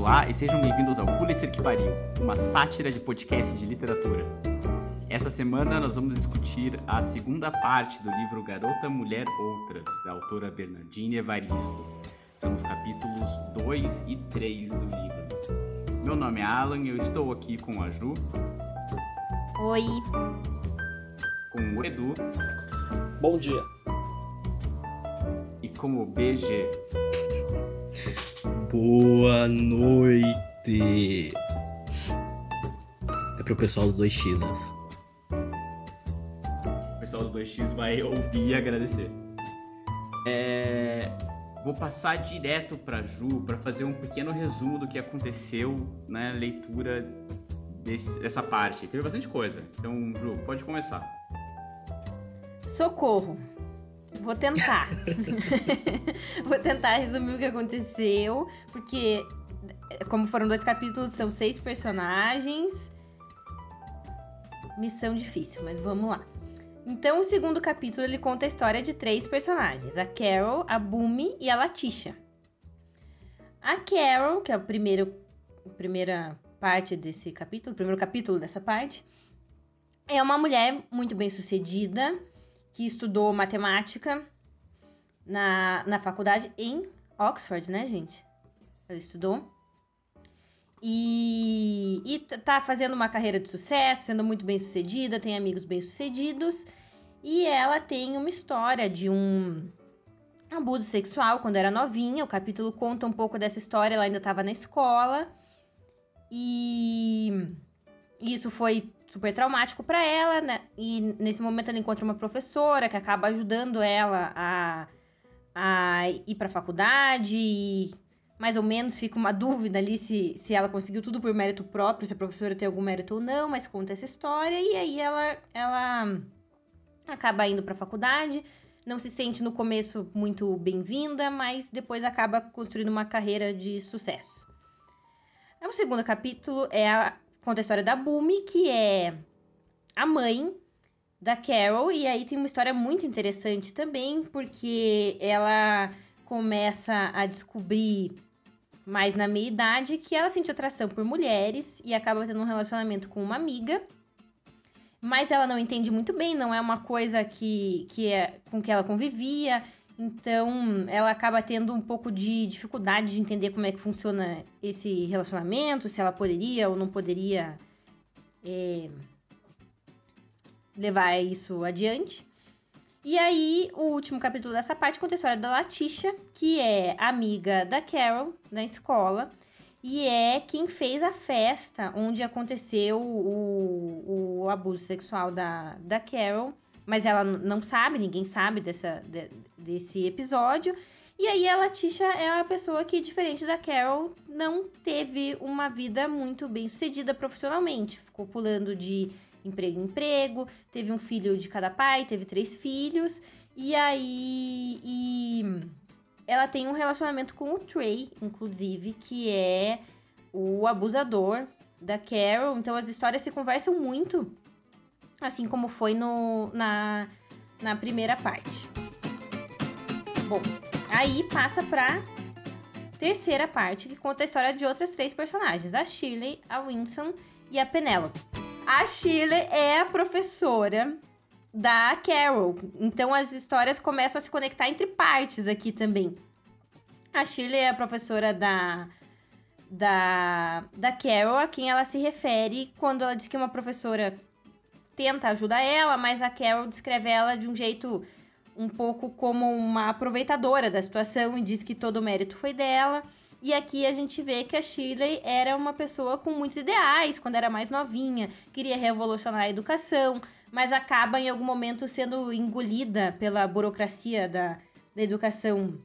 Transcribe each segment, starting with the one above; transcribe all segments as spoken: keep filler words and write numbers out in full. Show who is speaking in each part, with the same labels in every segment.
Speaker 1: Olá e sejam bem-vindos ao Pulitzer que Pariu, uma sátira de podcast de literatura. Essa semana nós vamos discutir a segunda parte do livro Garota, Mulher, Outras, da autora Bernardine Evaristo. São os capítulos dois e três do livro. Meu nome é Alan e eu estou aqui com a Ju.
Speaker 2: Oi.
Speaker 1: Com o Edu.
Speaker 3: Bom dia.
Speaker 1: E com o B G.
Speaker 4: Boa noite. É pro pessoal do dois x, né?
Speaker 1: O pessoal do dois x vai ouvir e agradecer. É... Vou passar direto pra Ju para fazer um pequeno resumo do que aconteceu na leitura desse, dessa parte. Teve bastante coisa. Então, Ju, pode começar.
Speaker 2: Socorro. Vou tentar. Vou tentar resumir o que aconteceu, porque como foram dois capítulos, são seis personagens. Missão difícil, mas vamos lá. Então, o segundo capítulo, ele conta a história de três personagens. A Carol, a Bumi e a Latisha. A Carol, que é a, primeiro, a primeira parte desse capítulo, o primeiro capítulo dessa parte, é uma mulher muito bem sucedida, que estudou matemática na, na faculdade em Oxford, né, gente? Ela estudou. E, e tá fazendo uma carreira de sucesso, sendo muito bem sucedida, tem amigos bem sucedidos. E ela tem uma história de um abuso sexual quando era novinha. O capítulo conta um pouco dessa história, ela ainda estava na escola. E isso foi super traumático para ela, né? E nesse momento ela encontra uma professora que acaba ajudando ela a, a ir para a faculdade. E mais ou menos fica uma dúvida ali se, se ela conseguiu tudo por mérito próprio, se a professora tem algum mérito ou não, mas conta essa história. E aí ela, ela acaba indo para a faculdade, não se sente no começo muito bem-vinda, mas depois acaba construindo uma carreira de sucesso. O segundo capítulo é a conta a história da Bumi, que é a mãe da Carol, e aí tem uma história muito interessante também, porque ela começa a descobrir mais na meia-idade que ela sente atração por mulheres e acaba tendo um relacionamento com uma amiga, mas ela não entende muito bem, não é uma coisa que, que é com que ela convivia. Então, ela acaba tendo um pouco de dificuldade de entender como é que funciona esse relacionamento, se ela poderia ou não poderia é, levar isso adiante. E aí, o último capítulo dessa parte conta a história da Latisha, que é amiga da Carol na escola, e é quem fez a festa onde aconteceu o, o abuso sexual da, da Carol. Mas ela não sabe, ninguém sabe dessa, de, desse episódio. E aí a Latisha é uma pessoa que, diferente da Carol, não teve uma vida muito bem sucedida profissionalmente. Ficou pulando de emprego em emprego, teve um filho de cada pai, teve três filhos. E aí e ela tem um relacionamento com o Trey, inclusive, que é o abusador da Carol. Então as histórias se conversam muito, assim como foi no, na, na primeira parte. Bom, aí passa pra terceira parte, que conta a história de outras três personagens. A Shirley, a Winston e a Penelope. A Shirley é a professora da Carol. Então as histórias começam a se conectar entre partes aqui também. A Shirley é a professora da, da, da Carol, a quem ela se refere quando ela diz que uma professora tenta ajudar ela, mas a Carol descreve ela de um jeito um pouco como uma aproveitadora da situação e diz que todo o mérito foi dela. E aqui a gente vê que a Shirley era uma pessoa com muitos ideais quando era mais novinha, queria revolucionar a educação, mas acaba em algum momento sendo engolida pela burocracia da, da educação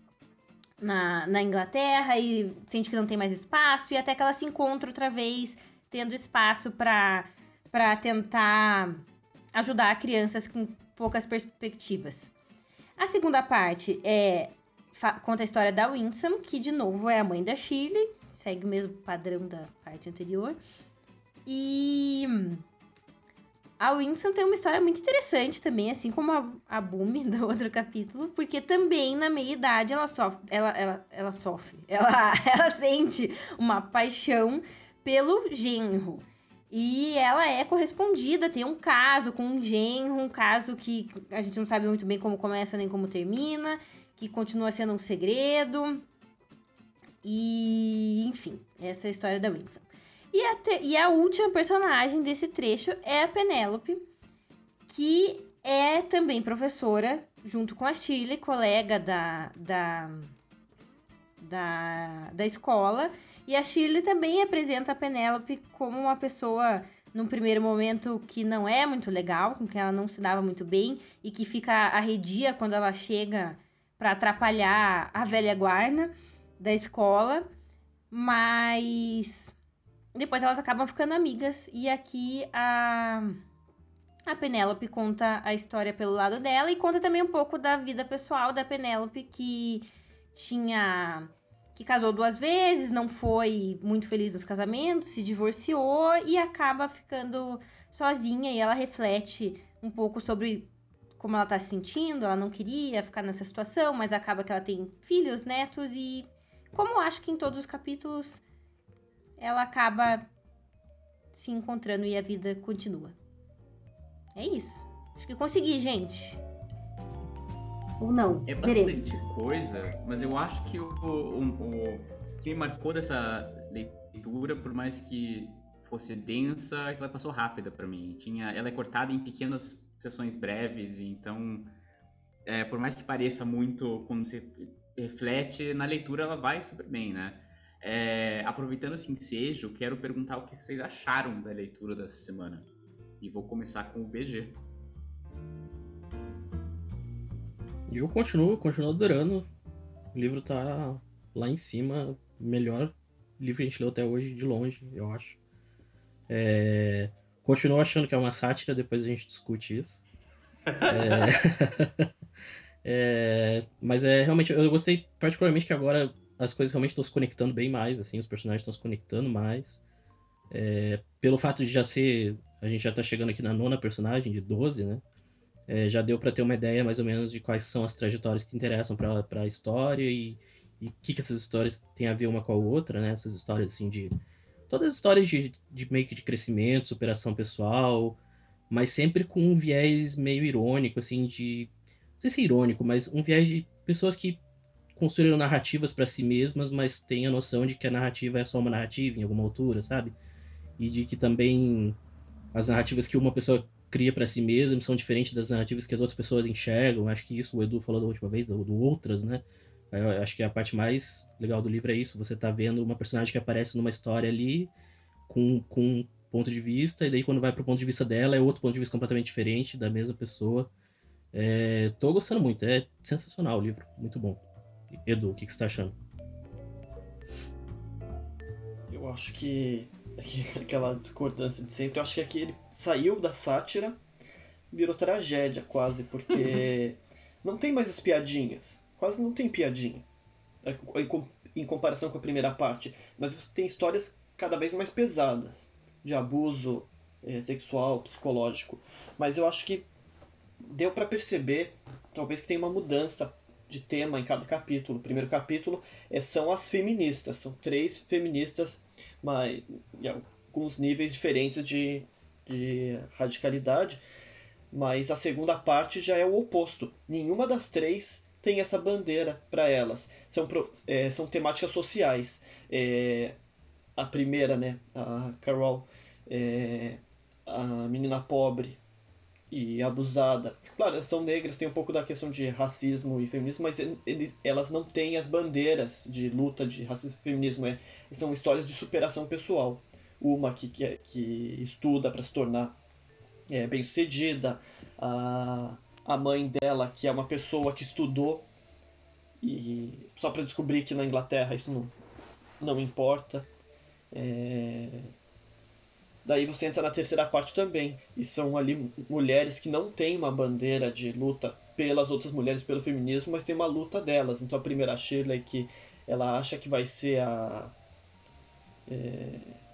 Speaker 2: na, na Inglaterra e sente que não tem mais espaço, e até que ela se encontra outra vez tendo espaço para para tentar ajudar crianças com poucas perspectivas. A segunda parte é, conta a história da Winston, que de novo é a mãe da Shirley, segue o mesmo padrão da parte anterior. E A Winston tem uma história muito interessante também, assim como a, a Bumi do outro capítulo, porque também na meia-idade ela sofre, ela, ela, ela sofre, ela, ela sente uma paixão pelo genro. E ela é correspondida, tem um caso com um genro, um caso que a gente não sabe muito bem como começa nem como termina, que continua sendo um segredo. E, enfim, essa é a história da Winston. E a, te, e a última personagem desse trecho é a Penélope, que é também professora, junto com a Shirley, colega da, da, da, da escola. E a Shirley também apresenta a Penélope como uma pessoa, num primeiro momento, que não é muito legal, com quem ela não se dava muito bem, e que fica arredia quando ela chega para atrapalhar a velha guarda da escola. Mas depois elas acabam ficando amigas. E aqui a, a Penélope conta a história pelo lado dela e conta também um pouco da vida pessoal da Penélope, que tinha... que casou duas vezes, não foi muito feliz nos casamentos, se divorciou e acaba ficando sozinha. E ela reflete um pouco sobre como ela tá se sentindo. Ela não queria ficar nessa situação, mas acaba que ela tem filhos, netos e... como acho que em todos os capítulos, ela acaba se encontrando e a vida continua. É isso. Acho que consegui, gente. Ou não?
Speaker 1: É bastante
Speaker 2: Veremos.
Speaker 1: coisa, mas eu acho que o, o, o que me marcou dessa leitura, por mais que fosse densa, é que ela passou rápida para mim. Tinha, ela é cortada em pequenas sessões breves, então, é, por mais que pareça muito, quando você reflete, na leitura ela vai super bem, né? É, aproveitando esse ensejo, quero perguntar o que vocês acharam da leitura dessa semana. E vou começar com o B G.
Speaker 4: E eu continuo, continuo adorando. O livro tá lá em cima, melhor livro que a gente leu até hoje, de longe, eu acho. É... Continuo achando que é uma sátira, depois a gente discute isso. É... é... Mas é realmente, eu gostei particularmente que agora as coisas realmente estão se conectando bem mais, assim, os personagens estão se conectando mais. É... Pelo fato de já ser, a gente já tá chegando aqui na nona personagem, de doze, né? É, já deu para ter uma ideia mais ou menos de quais são as trajetórias que interessam para a história e o que, que essas histórias têm a ver uma com a outra, né? Essas histórias assim de... Todas as histórias de, de meio que de crescimento, superação pessoal, mas sempre com um viés meio irônico, assim, de... Não sei se é irônico, mas um viés de pessoas que construíram narrativas para si mesmas, mas têm a noção de que a narrativa é só uma narrativa em alguma altura, sabe? E de que também as narrativas que uma pessoa cria para si mesma são diferentes das narrativas que as outras pessoas enxergam. Acho que isso o Edu falou da última vez, do, do Outras, né? Eu acho que a parte mais legal do livro é isso. Você tá vendo uma personagem que aparece numa história ali com, com um ponto de vista, e daí quando vai pro ponto de vista dela é outro ponto de vista completamente diferente da mesma pessoa. É, tô gostando muito, é sensacional o livro, muito bom. Edu, o que, que você tá achando?
Speaker 3: Eu acho que aquela discordância de sempre, eu acho que aqui ele saiu da sátira, virou tragédia quase, porque não tem mais as piadinhas, quase não tem piadinha, em comparação com a primeira parte, mas você tem histórias cada vez mais pesadas, de abuso é, sexual, psicológico, mas eu acho que deu para perceber, talvez que tem uma mudança de tema em cada capítulo. O primeiro capítulo é, são as feministas, são três feministas, mas em alguns níveis diferentes de, de radicalidade, mas a segunda parte já é o oposto. Nenhuma das três tem essa bandeira para elas. São, é, são temáticas sociais. É, a primeira, né, a Carol, é, a menina pobre e abusada. Claro, elas são negras, tem um pouco da questão de racismo e feminismo, mas ele, elas não têm as bandeiras de luta de racismo e feminismo. É, são histórias de superação pessoal. Uma que, que, que estuda para se tornar é, bem-sucedida, a, a mãe dela, que é uma pessoa que estudou, e só para descobrir que na Inglaterra isso não, não importa. É... Daí você entra na terceira parte também, e são ali mulheres que não têm uma bandeira de luta pelas outras mulheres, pelo feminismo, mas tem uma luta delas. Então a primeira, a Shirley, que ela acha que vai ser a... É...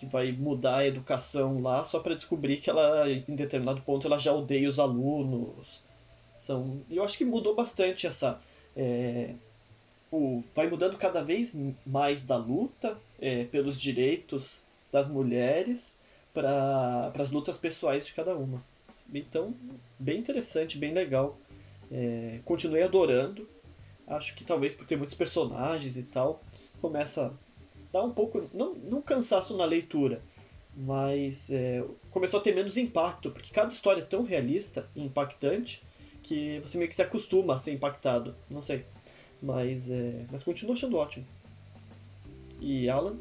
Speaker 3: que vai mudar a educação lá só para descobrir que ela, em determinado ponto, ela já odeia os alunos. São, eu acho que mudou bastante essa... É, o, vai mudando cada vez mais da luta é, pelos direitos das mulheres para as lutas pessoais de cada uma. Então, bem interessante, bem legal. É, continuei adorando. Acho que talvez por ter muitos personagens e tal, começa a dar um pouco, não, não cansaço na leitura, mas é, começou a ter menos impacto, porque cada história é tão realista e impactante que você meio que se acostuma a ser impactado. Não sei. Mas, é, mas continuo achando ótimo. E Alan?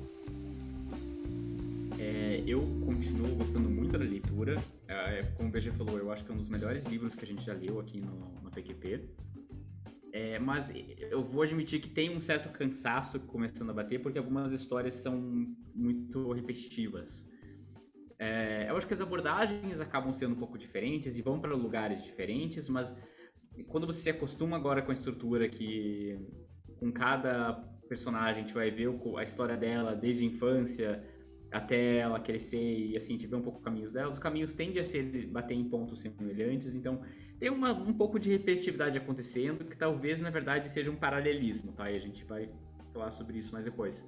Speaker 1: É, eu continuo gostando muito da leitura. É, como o B G falou, eu acho que é um dos melhores livros que a gente já leu aqui no, no P Q P. É, mas eu vou admitir que tem um certo cansaço começando a bater, porque algumas histórias são muito repetitivas. É, eu acho que as abordagens acabam sendo um pouco diferentes e vão para lugares diferentes, mas quando você se acostuma agora com a estrutura que com cada personagem a gente vai ver a história dela desde a infância até ela crescer e assim, a gente vê um pouco os caminhos dela, os caminhos tendem a ser, bater em pontos semelhantes, então tem uma, um pouco de repetitividade acontecendo, que talvez na verdade seja um paralelismo, tá? E a gente vai falar sobre isso mais depois.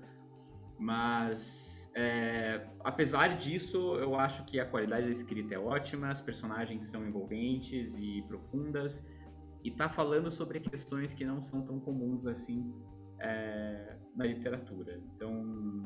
Speaker 1: Mas é, apesar disso, eu acho que a qualidade da escrita é ótima, as personagens são envolventes e profundas, e tá falando sobre questões que não são tão comuns assim é, na literatura. Então,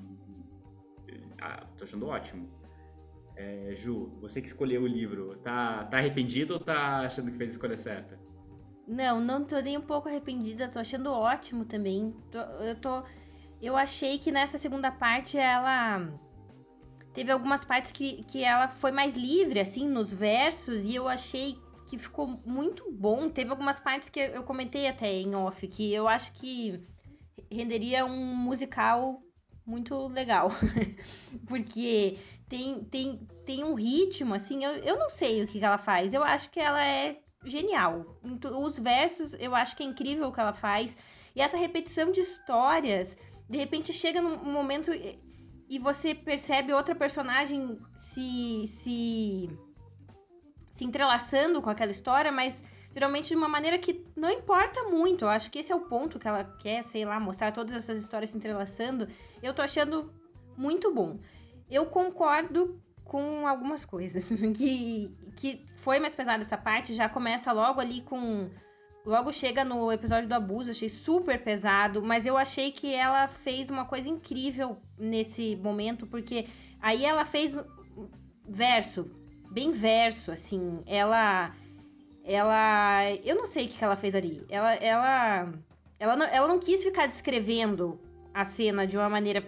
Speaker 1: ah, tô achando ótimo. É, Ju, você que escolheu o livro, tá, tá arrependido ou tá achando que fez a escolha certa?
Speaker 2: Não, não tô nem um pouco arrependida, tô achando ótimo também. Tô, eu tô... Eu achei que nessa segunda parte ela... Teve algumas partes que, que ela foi mais livre, assim, nos versos, e eu achei que ficou muito bom. Teve algumas partes que eu comentei até em off, que eu acho que renderia um musical muito legal. Porque tem, tem, tem um ritmo, assim, eu, eu não sei o que, que ela faz. Eu acho que ela é genial. Os versos, eu acho que é incrível o que ela faz. E essa repetição de histórias, de repente chega num momento e você percebe outra personagem se, se, se entrelaçando com aquela história, mas geralmente de uma maneira que não importa muito. Eu acho que esse é o ponto que ela quer, sei lá, mostrar todas essas histórias se entrelaçando. Eu tô achando muito bom. Eu concordo com algumas coisas, que, que foi mais pesada essa parte, já começa logo ali com... Logo chega no episódio do abuso, achei super pesado, mas eu achei que ela fez uma coisa incrível nesse momento, porque aí ela fez verso, bem verso, assim, ela... Ela... Eu não sei o que ela fez ali, ela... Ela, ela, não, ela não quis ficar descrevendo a cena de uma maneira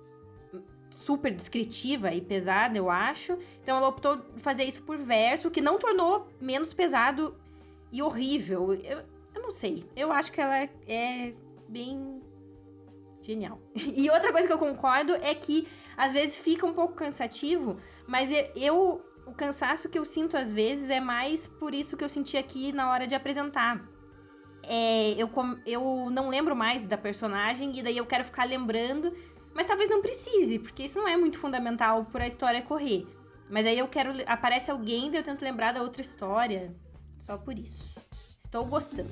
Speaker 2: super descritiva e pesada, eu acho. Então ela optou por fazer isso por verso, que não tornou menos pesado e horrível. Eu, eu não sei. Eu acho que ela é bem genial. E outra coisa que eu concordo é que às vezes fica um pouco cansativo, mas eu, eu o cansaço que eu sinto às vezes é mais por isso que eu senti aqui na hora de apresentar. É, eu, eu não lembro mais da personagem e daí eu quero ficar lembrando, mas talvez não precise, porque isso não é muito fundamental para a história correr. Mas aí eu quero... Aparece alguém, daí eu tento lembrar da outra história. Só por isso. Estou gostando.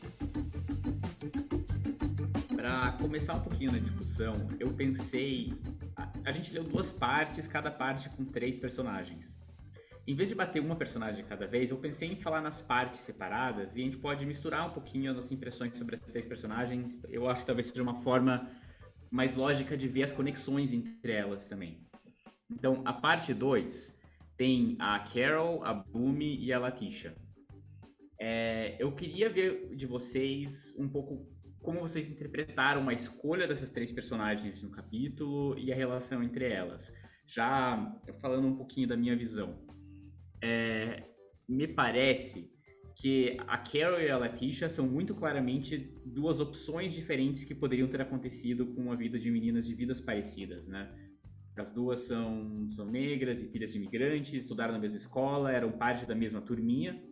Speaker 1: Para começar um pouquinho na discussão, eu pensei... A, a gente leu duas partes, cada parte com três personagens. Em vez de bater uma personagem cada vez, eu pensei em falar nas partes separadas e a gente pode misturar um pouquinho as nossas impressões sobre as três personagens. Eu acho que talvez seja uma forma mais lógica de ver as conexões entre elas também. Então, a parte dois tem a Carol, a Boomy e a Latisha. É, eu queria ver de vocês um pouco como vocês interpretaram a escolha dessas três personagens no capítulo e a relação entre elas. Já falando um pouquinho da minha visão. É, me parece que a Carol e a Latisha são muito claramente duas opções diferentes que poderiam ter acontecido com a vida de meninas de vidas parecidas, né? As duas são, são negras e filhas de imigrantes, estudaram na mesma escola, eram parte da mesma turminha,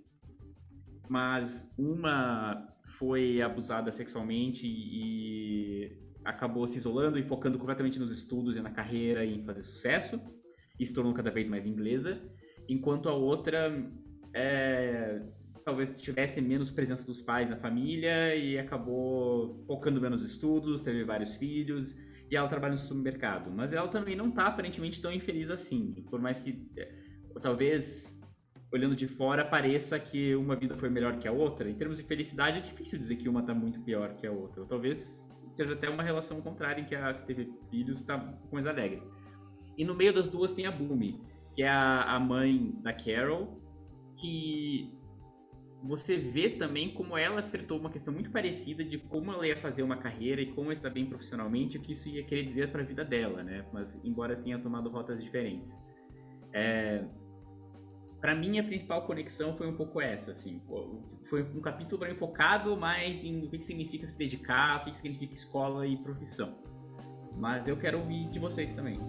Speaker 1: mas uma foi abusada sexualmente e acabou se isolando e focando completamente nos estudos e na carreira e em fazer sucesso, e se tornou cada vez mais inglesa, enquanto a outra é, talvez tivesse menos presença dos pais na família e acabou focando menos nos estudos, teve vários filhos, e ela trabalha no supermercado. Mas ela também não está aparentemente tão infeliz assim, por mais que é, talvez, olhando de fora, pareça que uma vida foi melhor que a outra. Em termos de felicidade, é difícil dizer que uma está muito pior que a outra. Ou talvez seja até uma relação contrária, em que a que teve filhos está um pouco mais alegre. E no meio das duas tem a Boomy, que é a, a mãe da Carol, que você vê também como ela enfrentou uma questão muito parecida de como ela ia fazer uma carreira e como ela está bem profissionalmente, o que isso ia querer dizer para a vida dela, né? Mas embora tenha tomado rotas diferentes. É... Para mim, a principal conexão foi um pouco essa, assim. Foi um capítulo bem focado mais em o que significa se dedicar, o que significa escola e profissão. Mas eu quero ouvir de vocês também.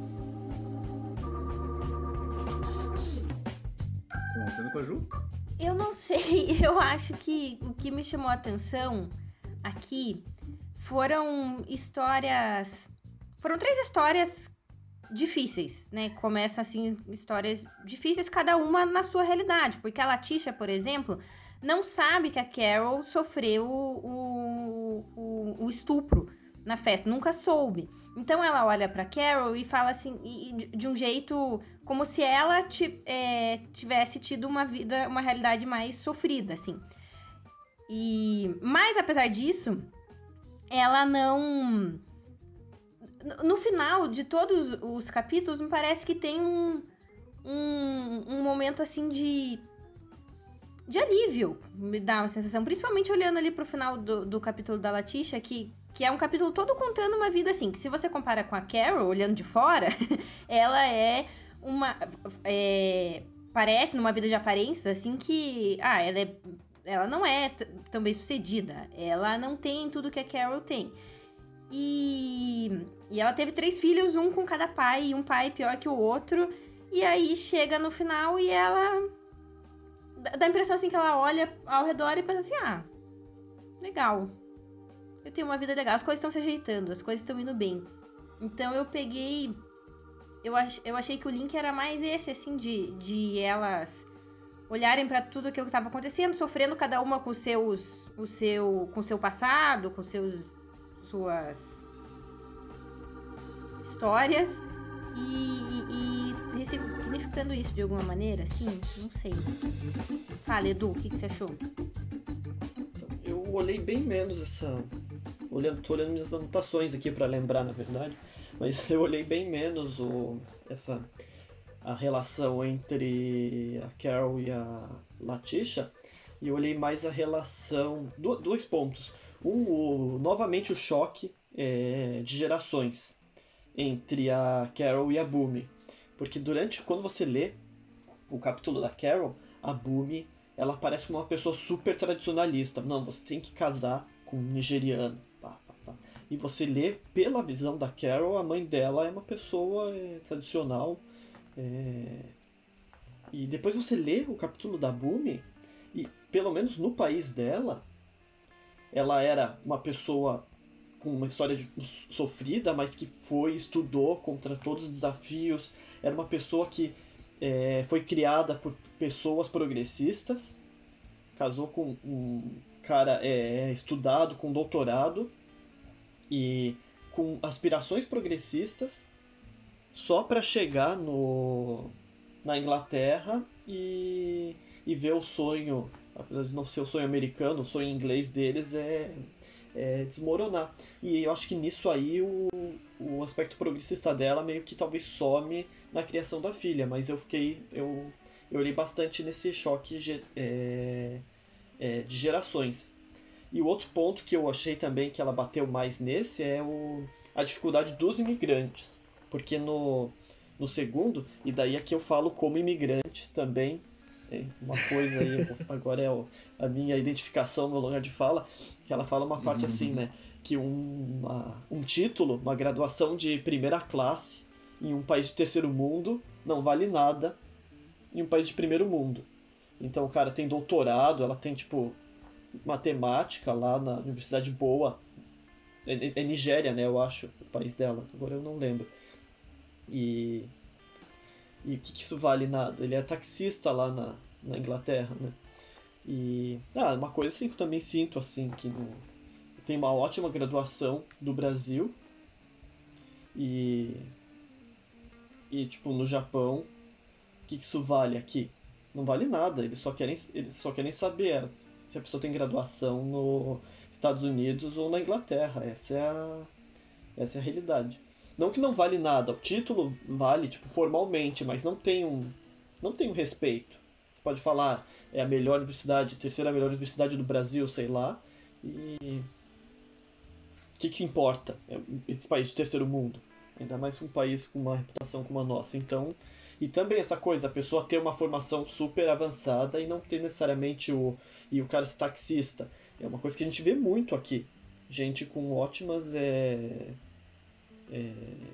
Speaker 1: Começando com a Ju?
Speaker 2: Eu não sei, eu acho que o que me chamou a atenção aqui foram histórias... Foram três histórias difíceis, né? Começa assim, histórias difíceis, cada uma na sua realidade. Porque a Latisha, por exemplo, não sabe que a Carol sofreu o, o, o estupro na festa, nunca soube. Então ela olha pra Carol e fala assim, e, de um jeito como se ela t, é, tivesse tido uma vida, uma realidade mais sofrida, assim. E, mas apesar disso, ela não... No final de todos os capítulos, me parece que tem um, um, um momento assim de, de alívio, me dá uma sensação. Principalmente olhando ali pro final do, do capítulo da Latisha, que, que é um capítulo todo contando uma vida assim, que se você compara com a Carol, olhando de fora, ela é uma... É, parece numa vida de aparência, assim, que... Ah, ela, é, ela não é t- tão bem sucedida. Ela não tem tudo que a Carol tem. E, e ela teve três filhos, um com cada pai, e um pai pior que o outro. E aí chega no final e ela... Dá a impressão assim que ela olha ao redor e pensa assim, ah, legal. Eu tenho uma vida legal, as coisas estão se ajeitando, as coisas estão indo bem. Então eu peguei... Eu, ach, eu achei que o link era mais esse, assim, de, de elas olharem pra tudo aquilo que estava acontecendo, sofrendo cada uma com seus, o seu, com seu passado, com seus... suas histórias e, e, e ressignificando isso de alguma maneira, assim, não sei. Fala, Edu, o que, que você achou?
Speaker 3: Eu olhei bem menos essa... Olhando, tô olhando minhas anotações aqui para lembrar, na verdade, mas eu olhei bem menos o, essa, a relação entre a Carol e a Latisha, e eu olhei mais a relação... Do, dois pontos. Um, o, novamente o choque é, de gerações entre a Carol e a Boomy. Porque durante, quando você lê o capítulo da Carol, a Boomy, ela parece como uma pessoa super tradicionalista. Não, você tem que casar com um nigeriano. Pá, pá, pá. E você lê, pela visão da Carol, a mãe dela é uma pessoa é, tradicional. É... E depois você lê o capítulo da Boomy, e pelo menos no país dela, ela era uma pessoa com uma história de, sofrida, mas que foi, estudou contra todos os desafios. Era uma pessoa que é, foi criada por pessoas progressistas, casou com um cara é, estudado, com doutorado e com aspirações progressistas, só para chegar no, na Inglaterra e, e ver o sonho, apesar de não ser o sonho americano, o sonho inglês deles é, é desmoronar. E eu acho que nisso aí o, o aspecto progressista dela meio que talvez some na criação da filha, mas eu fiquei, eu, eu olhei bastante nesse choque é, é, de gerações. E o outro ponto que eu achei também que ela bateu mais nesse é o, a dificuldade dos imigrantes, porque no, no segundo, e daí aqui eu falo como imigrante também, é uma coisa aí, agora é o, a minha identificação, meu lugar de fala, que ela fala uma parte assim, né, que um, uma, um título, uma graduação de primeira classe em um país de terceiro mundo não vale nada em um país de primeiro mundo. Então o cara tem doutorado, ela tem tipo matemática lá na universidade boa É, é Nigéria, né, eu acho, o país dela, agora eu não lembro. E, e o que, que isso vale nada? Ele é taxista lá na, na Inglaterra, né? E, ah, uma coisa assim que eu também sinto, assim, que no, tem uma ótima graduação do Brasil e, e tipo, no Japão, o que, que isso vale aqui? Não vale nada, eles só querem, eles só querem saber se a pessoa tem graduação nos Estados Unidos ou na Inglaterra, essa é a, essa é a realidade. Não que não vale nada, o título vale, tipo, formalmente, mas não tem um, não tem um respeito. Você pode falar, é a melhor universidade, a terceira melhor universidade do Brasil, sei lá, e o que, que importa? É esse país de terceiro mundo, ainda mais um país com uma reputação como a nossa. Então, e também essa coisa, a pessoa ter uma formação super avançada e não ter necessariamente o e o cara ser taxista, é uma coisa que a gente vê muito aqui. Gente com ótimas é, é,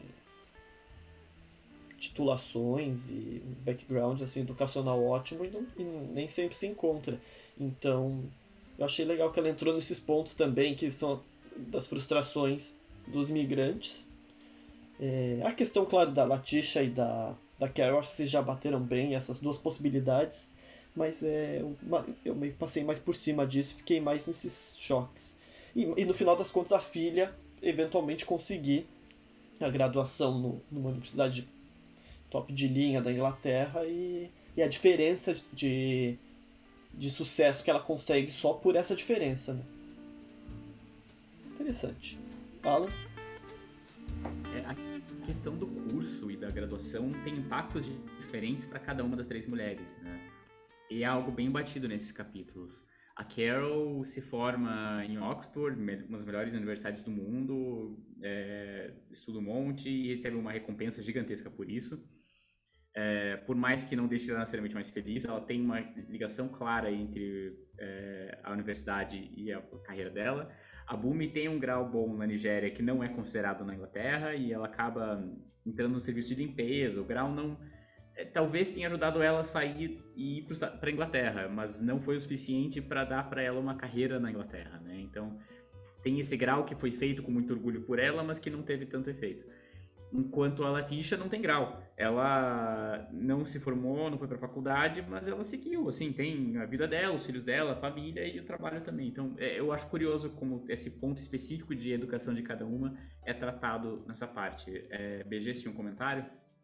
Speaker 3: titulações e um background assim, educacional ótimo e, não, e nem sempre se encontra. Então, eu achei legal que ela entrou nesses pontos também, que são das frustrações dos imigrantes. É, a questão, claro, da Latisha e da, da Carol, acho que vocês já bateram bem essas duas possibilidades, mas é, uma, eu meio que passei mais por cima disso, fiquei mais nesses choques. E, e no final das contas, a filha eventualmente conseguir a graduação no, numa universidade top de linha da Inglaterra e, e a diferença de, de sucesso que ela consegue só por essa diferença, né? Interessante. Alan?
Speaker 1: É, a questão do curso e da graduação tem impactos diferentes para cada uma das três mulheres, né? E é algo bem batido nesses capítulos. A Carol se forma em Oxford, uma das melhores universidades do mundo, é, estuda um monte e recebe uma recompensa gigantesca por isso. É, por mais que não deixe ela necessariamente mais feliz, ela tem uma ligação clara entre é, a universidade e a carreira dela. A Bumi tem um grau bom na Nigéria que não é considerado na Inglaterra e ela acaba entrando no serviço de limpeza. O grau não... É, talvez tenha ajudado ela a sair e ir para a Inglaterra, mas não foi o suficiente para dar para ela uma carreira na Inglaterra, né? Então, tem esse grau que foi feito com muito orgulho por ela, mas que não teve tanto efeito. Enquanto a Latisha não tem grau. Ela não se formou, não foi para a faculdade, mas ela seguiu, assim, tem a vida dela, os filhos dela, a família e o trabalho também. Então, é, eu acho curioso como esse ponto específico de educação de cada uma é tratado nessa parte. É, B G, tinha um comentário?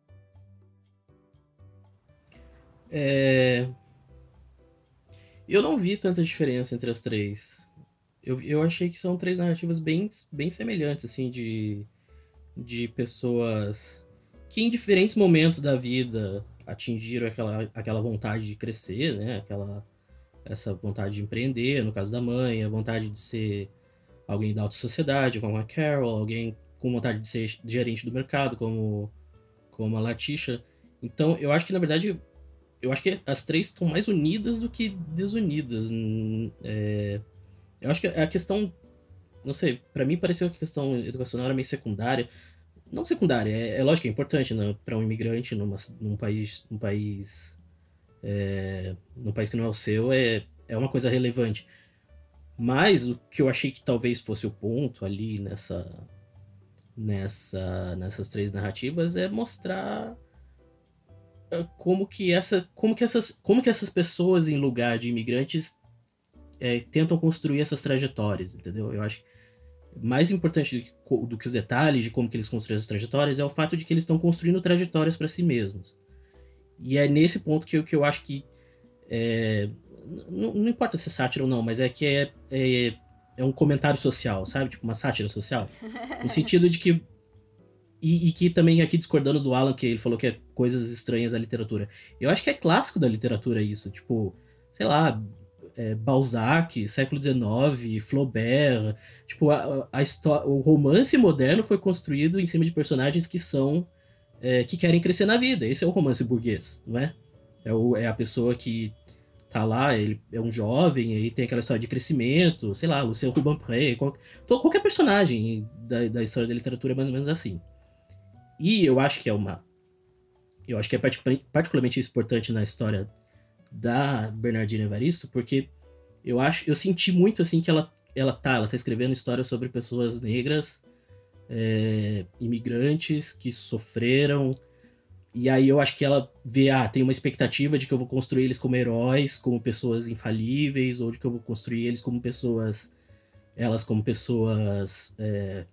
Speaker 4: É... Eu não vi tanta diferença entre as três. Eu, eu achei que são três narrativas bem, bem semelhantes, assim, de, de pessoas que em diferentes momentos da vida atingiram aquela, aquela vontade de crescer, né? Aquela, essa vontade de empreender, no caso da mãe, a vontade de ser alguém da alta sociedade, como a Carol, alguém com vontade de ser gerente do mercado, como, como a Latisha. Então, eu acho que, na verdade, eu acho que as três estão mais unidas do que desunidas. É, eu acho que a questão, não sei, pra mim pareceu que a questão educacional era meio secundária. Não secundária, é, é lógico que é importante, né, para um imigrante numa, num país, num país, é, num país que não é o seu, é, é uma coisa relevante. Mas o que eu achei que talvez fosse o ponto ali nessa, nessa, nessas três narrativas é mostrar como que, essa, como, que essas, como que essas pessoas em lugar de imigrantes é, tentam construir essas trajetórias, entendeu? Eu acho que mais importante do que, do que os detalhes de como que eles construíram essas trajetórias é o fato de que eles estão construindo trajetórias para si mesmos. E é nesse ponto que, eu, que eu acho que é, não, não importa se é sátira ou não, mas é que é, é, é um comentário social, sabe? Tipo uma sátira social. No sentido de que E, e que também aqui discordando do Alan, que ele falou que é coisas estranhas da literatura. Eu acho que é clássico da literatura isso. Tipo, sei lá, é, Balzac, século dezenove, Flaubert. Tipo, a, a história, o romance moderno foi construído em cima de personagens que são... É, que querem crescer na vida. Esse é o romance burguês, não é? É, o, é a pessoa que tá lá, ele é um jovem, aí tem aquela história de crescimento, sei lá, Lucien Rubempré, qual, qualquer personagem da, da história da literatura é mais ou menos assim. E eu acho que é uma... Eu acho que é particularmente importante na história da Bernardina Evaristo, porque eu acho, eu senti muito assim que ela ela tá, ela tá escrevendo histórias sobre pessoas negras, é, imigrantes que sofreram. E aí eu acho que ela vê, ah, tem uma expectativa de que eu vou construir eles como heróis, como pessoas infalíveis, ou de que eu vou construir eles como pessoas, elas como pessoas, é,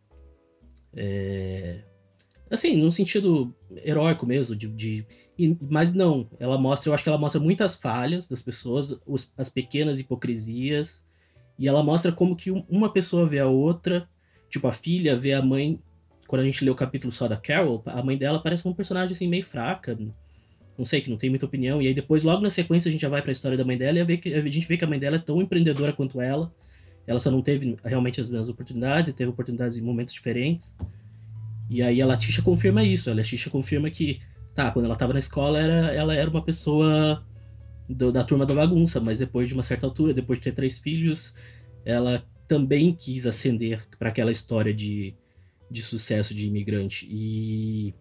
Speaker 4: é, assim, num sentido heróico mesmo, de, de, mas não, ela mostra, eu acho que ela mostra muitas falhas das pessoas, os, as pequenas hipocrisias, e ela mostra como que uma pessoa vê a outra, tipo, a filha vê a mãe. Quando a gente lê o capítulo só da Carol, a mãe dela parece um personagem assim meio fraca, não sei, que não tem muita opinião. E aí depois, logo na sequência, a gente já vai pra história da mãe dela e a gente vê que a mãe dela é tão empreendedora quanto ela. Ela só não teve realmente as mesmas oportunidades, e teve oportunidades em momentos diferentes. E aí a Latisha confirma isso. A Latisha confirma que, tá, quando ela tava na escola, era, ela era uma pessoa do, da turma da bagunça, mas depois de uma certa altura, depois de ter três filhos, ela também quis ascender para aquela história de, de sucesso de imigrante. E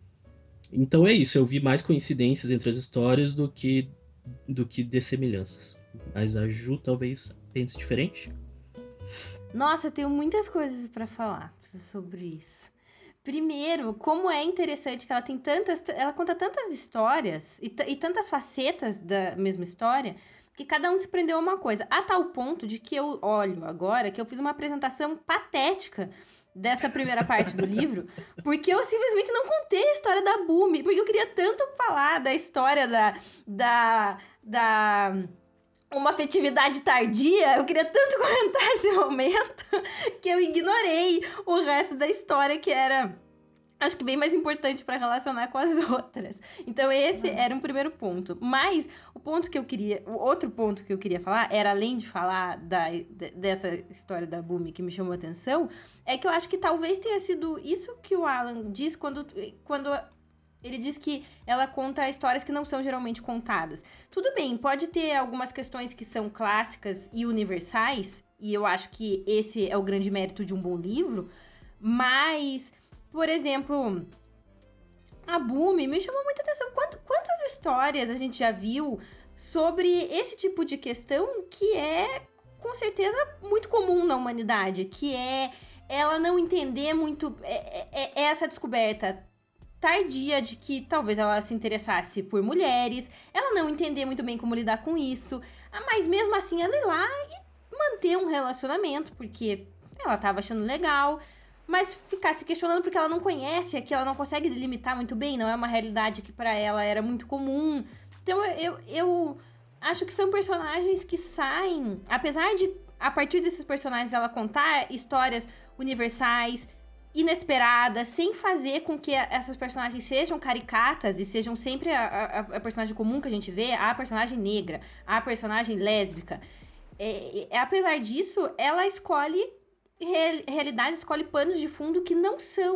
Speaker 4: então é isso, eu vi mais coincidências entre as histórias do que do que dessemelhanças. Mas a Ju talvez pense diferente.
Speaker 2: Nossa, eu tenho muitas coisas pra falar sobre isso. Primeiro, como é interessante que ela tem tantas, ela conta tantas histórias e, e tantas facetas da mesma história, que cada um se prendeu a uma coisa, a tal ponto de que eu olho agora que eu fiz uma apresentação patética dessa primeira parte do livro, porque eu simplesmente não contei a história da Bumi, porque eu queria tanto falar da história da da, da uma afetividade tardia, eu queria tanto comentar esse momento que eu ignorei o resto da história, que era, acho que bem mais importante para relacionar com as outras. Então esse uhum. era um primeiro ponto. Mas o ponto que eu queria, o outro ponto que eu queria falar, era além de falar da, dessa história da Bumi que me chamou a atenção, é que eu acho que talvez tenha sido isso que o Alan diz quando... quando ele diz que ela conta histórias que não são geralmente contadas. Tudo bem, pode ter algumas questões que são clássicas e universais, e eu acho que esse é o grande mérito de um bom livro, mas, por exemplo, a Bumi me chamou muita atenção. Quanto, quantas histórias a gente já viu sobre esse tipo de questão que é, com certeza, muito comum na humanidade, que é ela não entender muito é, é, é essa descoberta tardia de que talvez ela se interessasse por mulheres, ela não entender muito bem como lidar com isso, mas mesmo assim ela ir lá e manter um relacionamento, porque ela tava achando legal, mas ficar se questionando porque ela não conhece, que ela não consegue delimitar muito bem, não é uma realidade que para ela era muito comum. Então eu, eu acho que são personagens que saem, apesar de a partir desses personagens ela contar histórias universais, inesperadas, sem fazer com que essas personagens sejam caricatas e sejam sempre a, a, a personagem comum que a gente vê, a personagem negra, a personagem lésbica. É, é, apesar disso, ela escolhe real, realidades, escolhe panos de fundo que não são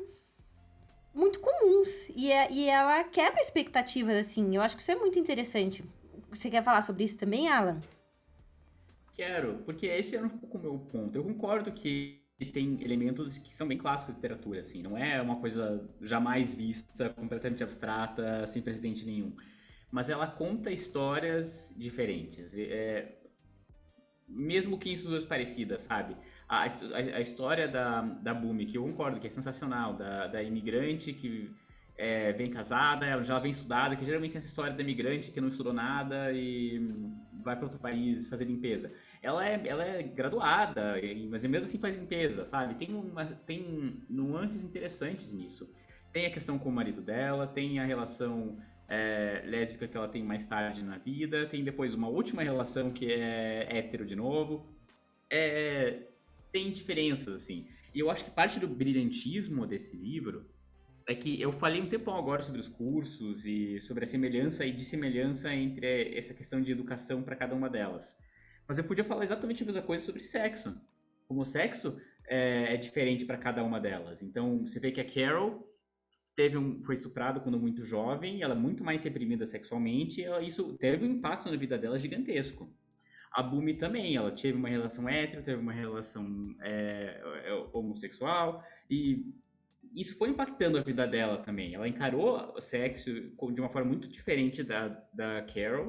Speaker 2: muito comuns. E, é, e ela quebra expectativas, assim. Eu acho que isso é muito interessante. Você quer falar sobre isso também, Alan?
Speaker 1: Quero, porque esse era um pouco o meu ponto. Eu concordo que tem elementos que são bem clássicos de literatura, assim, não é uma coisa jamais vista, completamente abstrata, sem precedente nenhum. Mas ela conta histórias diferentes, é, mesmo que em estruturas parecidas, sabe? A, a, a história da, da Bumi, que eu concordo que é sensacional, da, da imigrante que é, vem casada, ela já vem estudada, que geralmente tem essa história da imigrante que não estudou nada e vai para outro país fazer limpeza. Ela é, ela é graduada, mas mesmo assim faz limpeza, sabe? Tem, uma, tem nuances interessantes nisso. Tem a questão com o marido dela, tem a relação é, lésbica que ela tem mais tarde na vida, tem depois uma última relação que é hétero de novo. É, tem diferenças, assim. E eu acho que parte do brilhantismo desse livro é que eu falei um tempão agora sobre os cursos e sobre a semelhança e dissemelhança entre essa questão de educação para cada uma delas. Mas eu podia falar exatamente a mesma coisa sobre sexo. Como o sexo é, é diferente para cada uma delas. Então, você vê que a Carol teve um, foi estuprada quando muito jovem, ela é muito mais reprimida sexualmente, e ela, isso teve um impacto na vida dela gigantesco. A Bumi também, ela teve uma relação hétero, teve uma relação é, homossexual, e isso foi impactando a vida dela também. Ela encarou o sexo de uma forma muito diferente da, da Carol,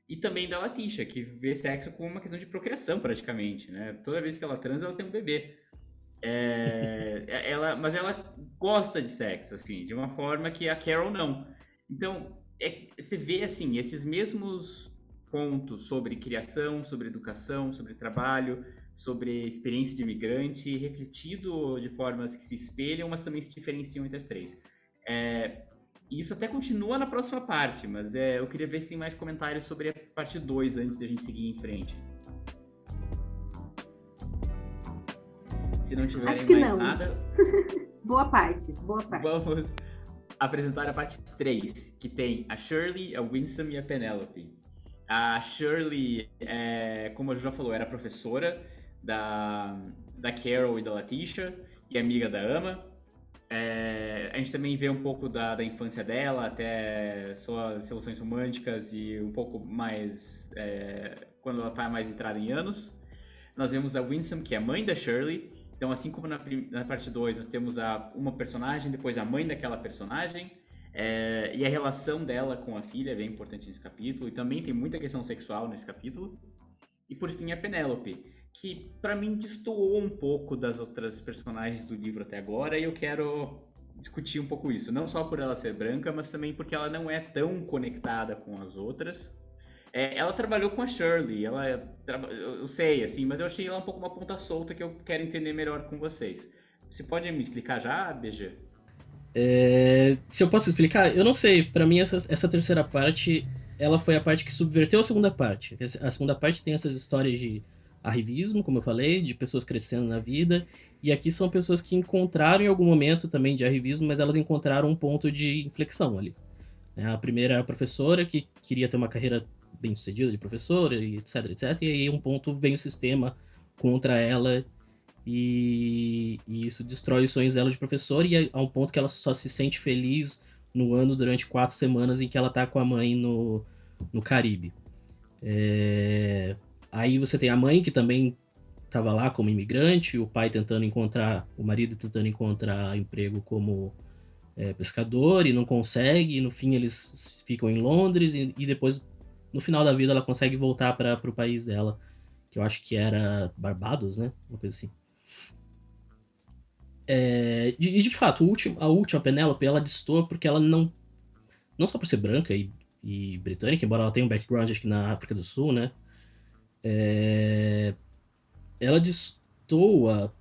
Speaker 1: E também da Letitia, que vê sexo como uma questão de procriação, praticamente, né? Toda vez que ela transa, ela tem um bebê. É, ela, mas ela gosta de sexo, assim, de uma forma que a Carol não. Então, é, você vê, assim, esses mesmos pontos sobre criação, sobre educação, sobre trabalho, sobre experiência de imigrante, refletido de formas que se espelham, mas também se diferenciam entre as três. É, isso até continua na próxima parte, mas é, eu queria ver se tem mais comentários sobre a parte dois antes de a gente seguir em frente. Se não tiverem mais
Speaker 5: não.
Speaker 1: nada...
Speaker 5: Boa parte, boa parte.
Speaker 1: Vamos apresentar a parte três, que tem a Shirley, a Winsome e a Penelope. A Shirley, é, como a Ju já falou, era professora da, da Carol e da Letitia, e amiga da Ama. É, a gente também vê um pouco da, da infância dela, até suas relações românticas e um pouco mais... É, quando ela está mais entrada em anos. Nós vemos a Winsome, que é a mãe da Shirley. Então, assim como na, na parte dois, nós temos a, uma personagem, depois a mãe daquela personagem. É, e a relação dela com a filha é bem importante nesse capítulo. E também tem muita questão sexual nesse capítulo. E por fim, a Penelope, que para mim destoou um pouco das outras personagens do livro até agora. E eu quero discutir um pouco isso. Não só por ela ser branca, mas também porque ela não é tão conectada com as outras. É, ela trabalhou com a Shirley, ela, eu sei, assim, mas eu achei ela um pouco uma ponta solta que eu quero entender melhor com vocês. Você pode me explicar já, B G?
Speaker 4: É, se eu posso explicar, eu não sei. Pra mim, essa, essa terceira parte, ela foi a parte que subverteu a segunda parte. A segunda parte tem essas histórias de arrivismo, como eu falei, de pessoas crescendo na vida. E aqui são pessoas que encontraram em algum momento também de arrivismo, mas elas encontraram um ponto de inflexão ali. A primeira era a professora, que queria ter uma carreira bem sucedida de professora, e etc, etc. E aí um ponto vem o sistema contra ela e, e isso destrói os sonhos dela de professora, e há um ponto que ela só se sente feliz no ano durante quatro semanas em que ela tá com a mãe no, no Caribe. É... Aí você tem a mãe, que também estava lá como imigrante, o pai tentando encontrar, o marido tentando encontrar emprego como é, pescador e não consegue, e no fim eles ficam em Londres e, e depois no final da vida ela consegue voltar para o país dela, que eu acho que era Barbados, né? Uma coisa assim. É, e de fato, a última, a última Penélope, ela destoa porque ela não... Não só por ser branca e, e britânica, embora ela tenha um background aqui na África do Sul, né? É, ela destoa...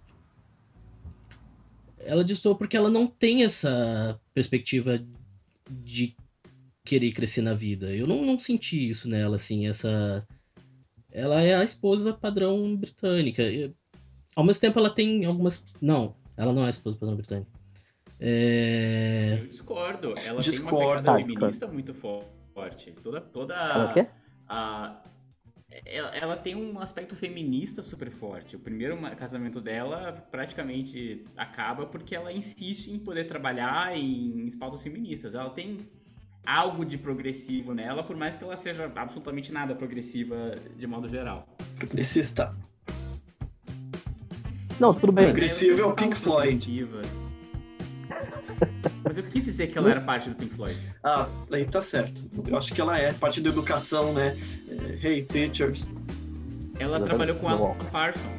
Speaker 4: Ela destoa porque ela não tem essa perspectiva de querer crescer na vida. Eu não, não senti isso nela, assim, essa... Ela é a esposa padrão britânica. Eu... Ao mesmo tempo, ela tem algumas... Não, ela não é a esposa padrão britânica. É...
Speaker 1: Eu discordo. Ela
Speaker 3: Discordo.
Speaker 1: tem uma pegada
Speaker 6: Ah,
Speaker 1: feminista muito forte. Toda... toda
Speaker 6: Ela o quê?
Speaker 1: a... Ela, ela tem um aspecto feminista super forte. O primeiro casamento dela praticamente acaba porque ela insiste em poder trabalhar em pautas feministas. Ela tem algo de progressivo nela, por mais que ela seja absolutamente nada progressiva de modo geral.
Speaker 3: Progressista.
Speaker 6: Não, tudo bem.
Speaker 3: Progressivo é o Pink Floyd.
Speaker 1: Mas eu quis dizer que ela era parte do Pink Floyd.
Speaker 3: Ah, aí tá certo. Eu acho que ela é parte da educação, né? Hey, teachers.
Speaker 1: Ela
Speaker 6: Exatamente.
Speaker 1: trabalhou com
Speaker 6: Não.
Speaker 1: Alan Parsons.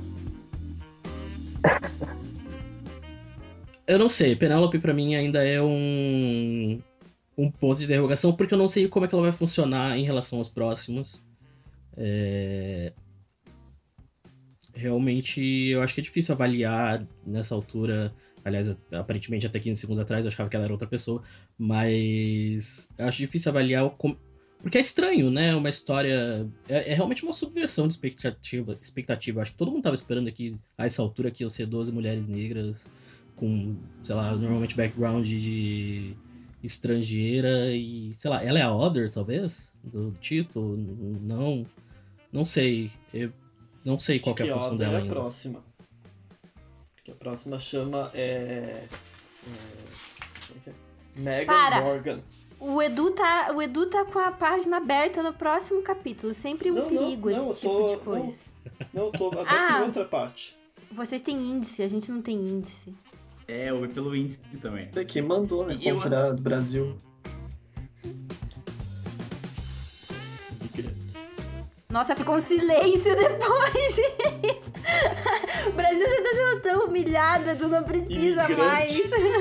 Speaker 4: Eu não sei, Penélope pra mim ainda é um... um ponto de interrogação, porque eu não sei como é que ela vai funcionar em relação aos próximos. É... Realmente, eu acho que é difícil avaliar nessa altura. Aliás, aparentemente até quinze segundos atrás eu achava que ela era outra pessoa, mas eu acho difícil avaliar como... Porque é estranho, né? Uma história... É, é realmente uma subversão de expectativa, expectativa. Acho que todo mundo estava esperando aqui, a essa altura, que iam ser doze mulheres negras com, sei lá, normalmente background de estrangeira e, sei lá, ela é a Other, talvez? Do título? Não, não sei. Eu não sei qual que é a função dela
Speaker 3: é a
Speaker 4: ainda.
Speaker 3: próxima. Porque a próxima chama é... é... Megan
Speaker 2: Para.
Speaker 3: Morgan.
Speaker 2: O Edu, tá, o Edu tá com a página aberta no próximo capítulo. Sempre um
Speaker 3: Não,
Speaker 2: perigo
Speaker 3: não, não,
Speaker 2: esse
Speaker 3: eu
Speaker 2: tipo
Speaker 3: tô-
Speaker 2: de coisa.
Speaker 3: Não, eu tô aberto
Speaker 2: Ah.
Speaker 3: em outra parte.
Speaker 2: Vocês têm índice, a gente não tem índice.
Speaker 1: É, eu vi pelo índice também.
Speaker 3: Isso aqui mandou, né?
Speaker 1: E eu-
Speaker 3: Comprar do Brasil. Imigrantes.
Speaker 2: Nossa, ficou um silêncio depois disso. O Brasil já tá sendo tão humilhado, Edu, não precisa mais.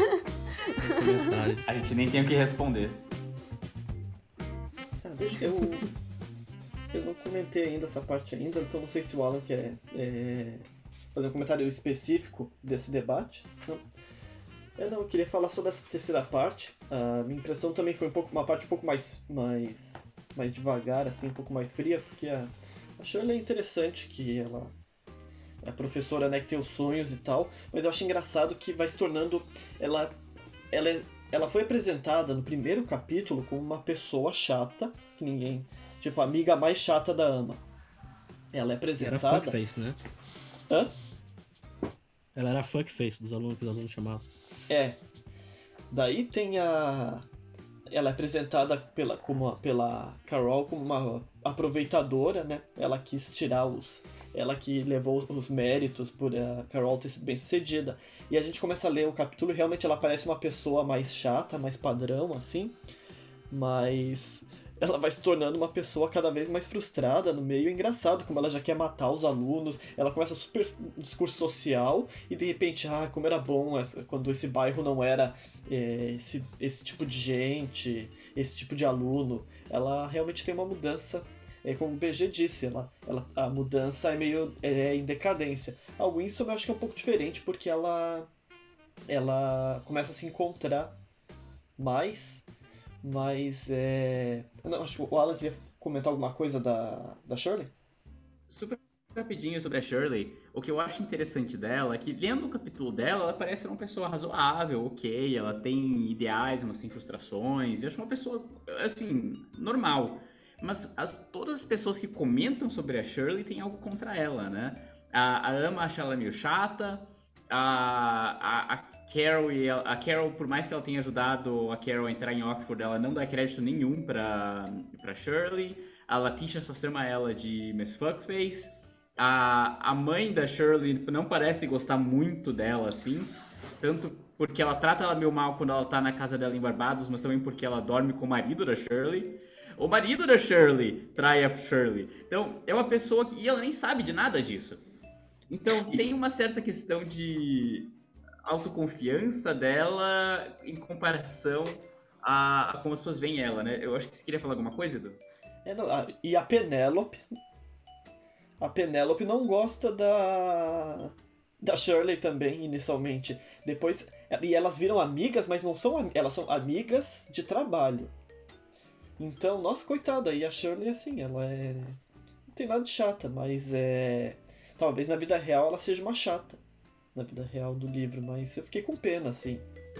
Speaker 1: A gente nem tem o que responder.
Speaker 3: Ah, deixa eu... Eu não comentei ainda essa parte ainda, então não sei se o Alan quer é, fazer um comentário específico desse debate. Não. É, não, eu queria falar sobre essa terceira parte. A minha impressão também foi um pouco, uma parte um pouco mais, mais, mais devagar, assim, um pouco mais fria, porque a, a Shirley é interessante, que ela é a professora, né, que tem os sonhos e tal, mas eu acho engraçado que vai se tornando... Ela, ela, é, ela foi apresentada no primeiro capítulo como uma pessoa chata, que ninguém... Tipo, a amiga mais chata da Ama. Ela é apresentada...
Speaker 4: Era fuckface, né?
Speaker 3: Hã?
Speaker 4: Ela era fuckface dos alunos que os alunos chamavam.
Speaker 3: É. Daí tem a... Ela é apresentada pela, como a, pela Carol como uma aproveitadora, né? Ela quis tirar os... Ela que levou os méritos por a Carol ter sido bem sucedida. E a gente começa a ler o capítulo e realmente ela parece uma pessoa mais chata, mais padrão, assim. Mas... ela vai se tornando uma pessoa cada vez mais frustrada no meio. É engraçado como ela já quer matar os alunos. Ela começa super um discurso social e de repente, ah, como era bom essa, quando esse bairro não era é, esse, esse tipo de gente, esse tipo de aluno. Ela realmente tem uma mudança, é, como o B G disse, ela, ela, a mudança é meio é, em decadência. A Winston eu acho que é um pouco diferente porque ela, ela começa a se encontrar mais. Mas é... Não, acho que o Alan queria comentar alguma coisa da, da Shirley?
Speaker 1: Super rapidinho sobre a Shirley. O que eu acho interessante dela é que, lendo o capítulo dela, ela parece ser uma pessoa razoável, ok. Ela tem ideais, mas tem frustrações. Eu acho uma pessoa, assim, normal. Mas as, todas as pessoas que comentam sobre a Shirley têm algo contra ela, né? A, a Ama acha ela meio chata. A, a, a Carol, e ela, a Carol, por mais que ela tenha ajudado a Carol a entrar em Oxford, ela não dá crédito nenhum pra, pra Shirley. A Letitia só chama ela de Miss Fuckface. A, a mãe da Shirley não parece gostar muito dela, assim. Tanto porque ela trata ela meio mal quando ela tá na casa dela em Barbados, mas também porque ela dorme com o marido da Shirley. O marido da Shirley trai a Shirley. Então, é uma pessoa que... E ela nem sabe de nada disso. Então, tem uma certa questão de autoconfiança dela em comparação a, a como as pessoas veem ela, né? Eu acho que você queria falar alguma coisa, Edu?
Speaker 3: É, não, a, e a Penélope... A Penélope não gosta da... da Shirley também, inicialmente. Depois... E elas viram amigas, mas não são... Elas são amigas de trabalho. Então, nossa, coitada. E a Shirley, assim, ela é... Não tem nada de chata, mas é... Talvez na vida real ela seja uma chata, na vida real do livro, mas eu fiquei com pena, assim.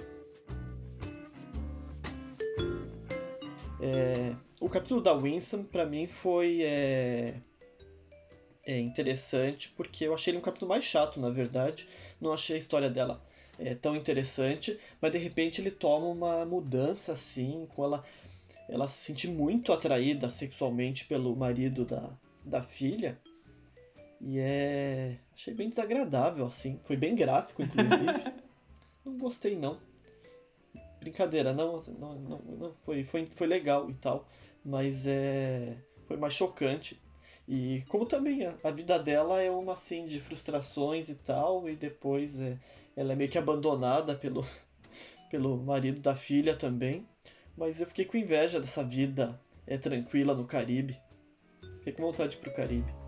Speaker 3: É, o capítulo da Winston, pra mim, foi é, é interessante, porque eu achei ele um capítulo mais chato, na verdade. Não achei a história dela é, tão interessante, mas de repente ele toma uma mudança, assim, com ela, ela se sentir muito atraída sexualmente pelo marido da, da filha. E é... achei bem desagradável, assim. Foi bem gráfico, inclusive. Não gostei, não. Brincadeira, não. não, não, não foi, foi, foi legal e tal. Mas é... foi mais chocante. E como também a, a vida dela é uma, assim, de frustrações e tal. E depois é, ela é meio que abandonada pelo, pelo marido da filha também. Mas eu fiquei com inveja dessa vida é, tranquila no Caribe. Fiquei com vontade de ir pro Caribe.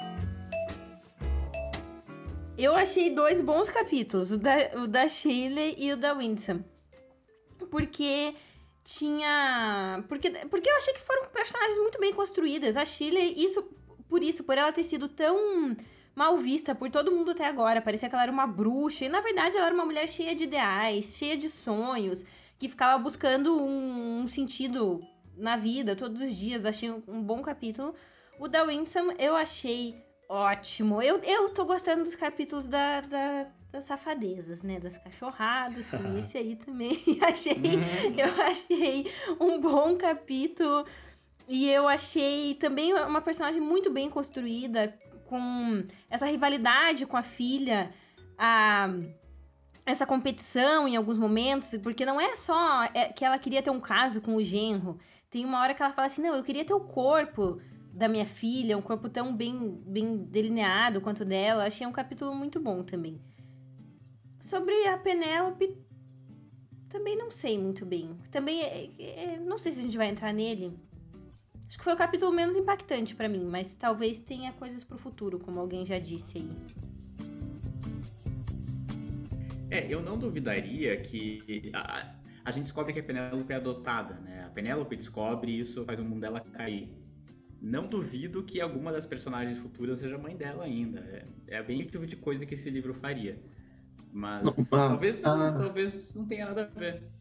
Speaker 2: Eu achei dois bons capítulos, o da, o da Shirley e o da Winston. Porque tinha... Porque, porque eu achei que foram personagens muito bem construídas. A Shirley, isso, por isso, por ela ter sido tão mal vista por todo mundo até agora. Parecia que ela era uma bruxa. E, na verdade, ela era uma mulher cheia de ideais, cheia de sonhos, que ficava buscando um, um sentido na vida todos os dias. Achei um, um bom capítulo. O da Winston eu achei... ótimo. Eu, eu tô gostando dos capítulos da, da, das safadezas, né? Das cachorradas, com esse aí também. achei, eu achei um bom capítulo. E eu achei também uma personagem muito bem construída, com essa rivalidade com a filha, a, essa competição em alguns momentos, porque não é só que ela queria ter um caso com o genro. Tem uma hora que ela fala assim, não, eu queria ter o corpo da minha filha, um corpo tão bem, bem delineado quanto o dela. Achei um capítulo muito bom também. Sobre a Penélope, também não sei muito bem. Também, é, é, não sei se a gente vai entrar nele. Acho que foi o capítulo menos impactante pra mim, mas talvez tenha coisas pro futuro, como alguém já disse aí.
Speaker 1: É, eu não duvidaria que a, a gente descobre que a Penélope é adotada, né? A Penélope descobre e isso faz o mundo dela cair. Não duvido que alguma das personagens futuras seja mãe dela ainda. É, é bem o tipo de coisa que esse livro faria. Mas
Speaker 6: Não, ah,
Speaker 1: talvez, não,
Speaker 6: ah.
Speaker 1: talvez não tenha nada a ver.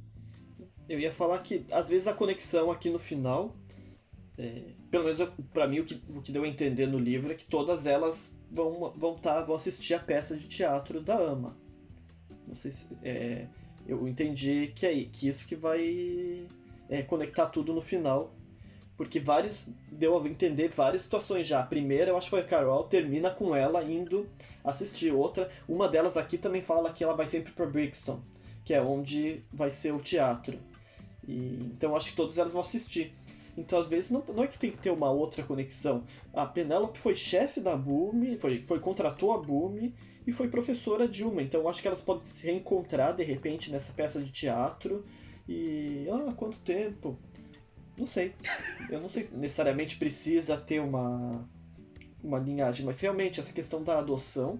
Speaker 3: Eu ia falar que, às vezes, a conexão aqui no final, é, pelo menos eu- pra mim o que, o que deu a entender no livro é que todas elas vão, vão, tá, vão assistir a peça de teatro da Ama. Não sei se. é, eu entendi que, é, que isso que vai é, conectar tudo no final. Porque vários. Deu a entender várias situações já. A primeira, eu acho que foi a Carol, termina com ela indo assistir. Outra, uma delas aqui também fala que ela vai sempre pra Brixton, que é onde vai ser o teatro. E, então eu acho que todas elas vão assistir. Então às vezes não, não é que tem que ter uma outra conexão. A Penélope foi chefe da Boom, foi, foi contratou a Boom e foi professora de uma. Então eu acho que elas podem se reencontrar de repente nessa peça de teatro. E. Ah, quanto tempo? Não sei. Eu não sei se necessariamente precisa ter uma, uma linhagem, mas realmente essa questão da adoção.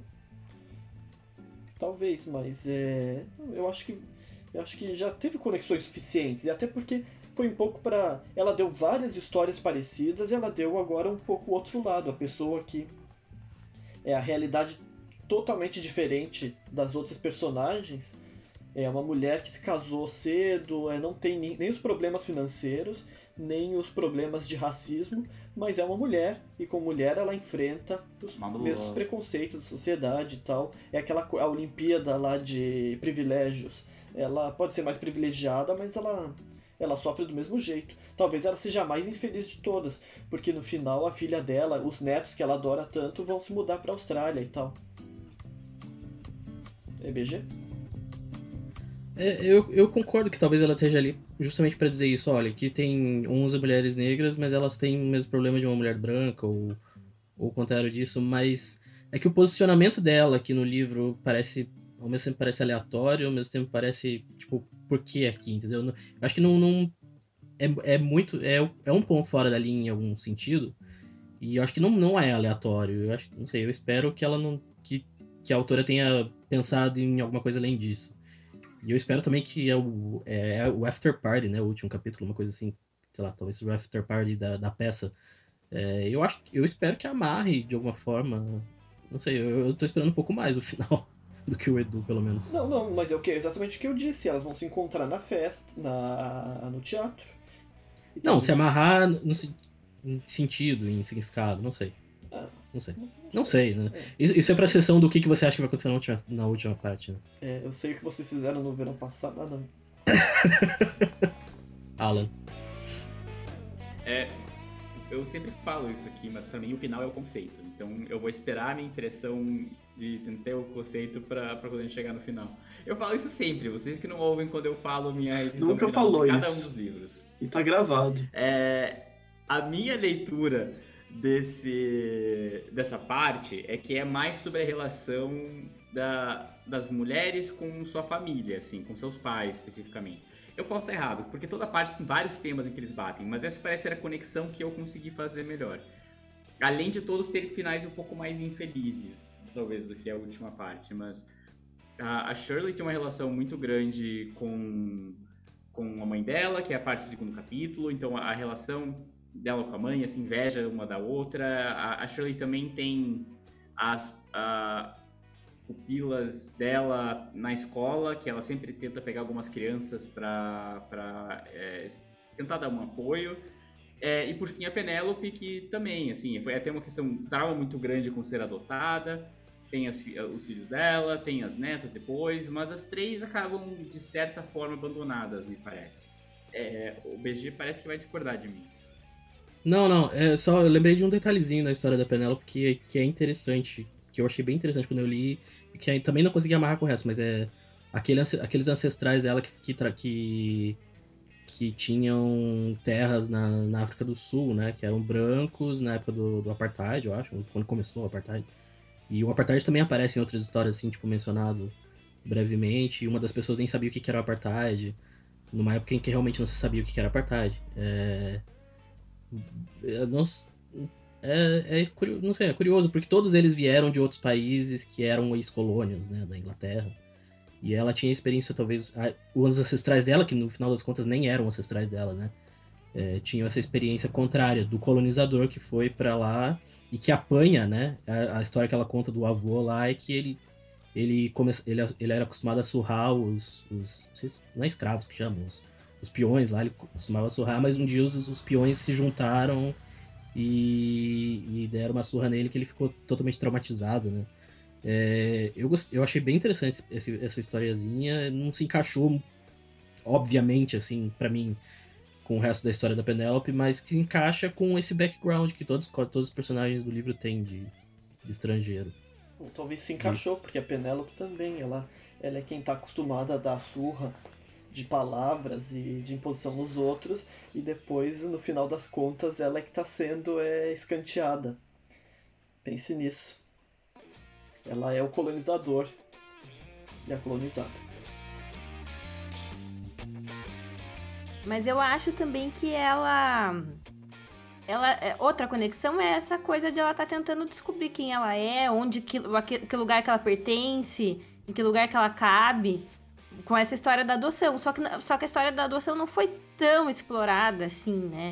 Speaker 3: Talvez, mas é. Eu acho que. Eu acho que já teve conexões suficientes. E até porque foi um pouco pra. Ela deu várias histórias parecidas e ela deu agora um pouco o outro lado. A pessoa que é a realidade totalmente diferente das outras personagens. É uma mulher que se casou cedo, é, não tem nem, nem os problemas financeiros, nem os problemas de racismo, mas é uma mulher, e como mulher ela enfrenta os
Speaker 1: Uma
Speaker 3: mesmos
Speaker 1: lua.
Speaker 3: preconceitos da sociedade e tal. É aquela co- a Olimpíada lá de privilégios. Ela pode ser mais privilegiada, mas ela, ela sofre do mesmo jeito. Talvez ela seja a mais infeliz de todas, porque no final a filha dela, os netos que ela adora tanto, vão se mudar pra Austrália e tal. E B G?
Speaker 4: É, eu, eu concordo que talvez ela esteja ali justamente pra dizer isso, olha, aqui tem onze mulheres negras, mas elas têm o mesmo problema de uma mulher branca, ou, ou o contrário disso, mas é que o posicionamento dela aqui no livro parece, ao mesmo tempo parece aleatório, ao mesmo tempo parece, tipo, por que aqui, entendeu? Eu acho que não, não é, é muito, é, é um ponto fora da linha em algum sentido, e eu acho que não, não é aleatório, eu acho, não sei, eu espero que ela não, que, que a autora tenha pensado em alguma coisa além disso. E eu espero também que é o, é, é o After Party, né? O último capítulo, uma coisa assim. Sei lá, talvez o After Party da, da peça. É, eu acho, eu espero que amarre de alguma forma. Não sei, eu, eu tô esperando um pouco mais o final do que o Edu, pelo menos.
Speaker 3: Não, não, mas é o que? Exatamente o que eu disse. Elas vão se encontrar na festa, na, no teatro. E
Speaker 4: Não,
Speaker 3: tem-
Speaker 4: se amarrar no, se- em sentido, em significado, não sei.
Speaker 3: Ah,
Speaker 4: Não sei.
Speaker 3: não,
Speaker 4: Não sei, né?
Speaker 3: É.
Speaker 4: Isso, isso é pra sessão do que, que você acha que vai acontecer na última, na última parte, né?
Speaker 3: É, eu sei o que vocês fizeram no verão passado. Ah, não.
Speaker 4: Alan.
Speaker 1: É, eu sempre falo isso aqui, mas pra mim o final é o conceito. Então eu vou esperar a minha impressão de ter o conceito pra, pra quando a gente chegar no final. Eu falo isso sempre, vocês que não ouvem quando eu falo minha revisão
Speaker 6: Nunca
Speaker 1: final
Speaker 6: falou
Speaker 1: de cada
Speaker 6: isso.
Speaker 1: um dos livros.
Speaker 6: E tá gravado.
Speaker 1: É, a minha leitura desse, dessa parte é que é mais sobre a relação da, das mulheres com sua família, assim, com seus pais especificamente. Eu posso estar errado, porque toda parte tem vários temas em que eles batem, mas essa parece ser a conexão que eu consegui fazer melhor. Além de todos terem finais um pouco mais infelizes, talvez, do que a última parte, mas a, a Shirley tem uma relação muito grande com, com a mãe dela, que é a parte do segundo capítulo, então a, a relação dela com a mãe, essa inveja uma da outra. A, a Shirley também tem as a, pupilas dela na escola, que ela sempre tenta pegar algumas crianças para é, tentar dar um apoio. É, e por fim a Penélope, que também, assim, foi até uma questão, um trauma muito grande com ser adotada, tem as, os filhos dela, tem as netas depois, mas as três acabam, de certa forma, abandonadas, me parece. É, o B G parece que vai discordar de mim.
Speaker 4: Não, não, é só eu lembrei de um detalhezinho na história da Penélope que, que é interessante, que eu achei bem interessante quando eu li, e que aí também não consegui amarrar com o resto, mas é aquele, aqueles ancestrais dela que, que, tra- que que tinham terras na, na África do Sul, né? Que eram brancos na época do, do Apartheid, eu acho, quando começou o Apartheid. E o Apartheid também aparece em outras histórias, assim, tipo, mencionado brevemente. E uma das pessoas nem sabia o que era o Apartheid, numa época em que realmente não se sabia o que era Apartheid. É... Não... É, é curioso, não sei, é curioso, porque todos eles vieram de outros países que eram ex-colônias, né, da Inglaterra. E ela tinha experiência, talvez, os ancestrais dela, que no final das contas nem eram ancestrais dela, né, é, tinham essa experiência contrária do colonizador que foi pra lá e que apanha, né, a, a história que ela conta do avô lá é que ele ele, come, ele, ele era acostumado a surrar os, os não, sei se, não é escravos que chamam, os, os peões lá, ele costumava surrar, mas um dia os, os peões se juntaram E, e deram uma surra nele que ele ficou totalmente traumatizado, né? É, eu, gost, eu achei bem interessante esse, essa historiazinha. Não se encaixou, obviamente, assim, pra mim, com o resto da história da Penélope, mas que se encaixa com esse background que todos, todos os personagens do livro têm de, de estrangeiro.
Speaker 3: Ou talvez se encaixou, porque a Penélope também, ela, ela é quem tá acostumada a dar surra de palavras e de imposição nos outros, e depois, no final das contas, ela é que está sendo é, escanteada. Pense nisso. Ela é o colonizador e a colonizada.
Speaker 2: Mas eu acho também que ela... ela outra conexão é essa coisa de ela estar tá tentando descobrir quem ela é, onde, que, que lugar que ela pertence, em que lugar que ela cabe, com essa história da adoção. Só que, só que a história da adoção não foi tão explorada assim, né?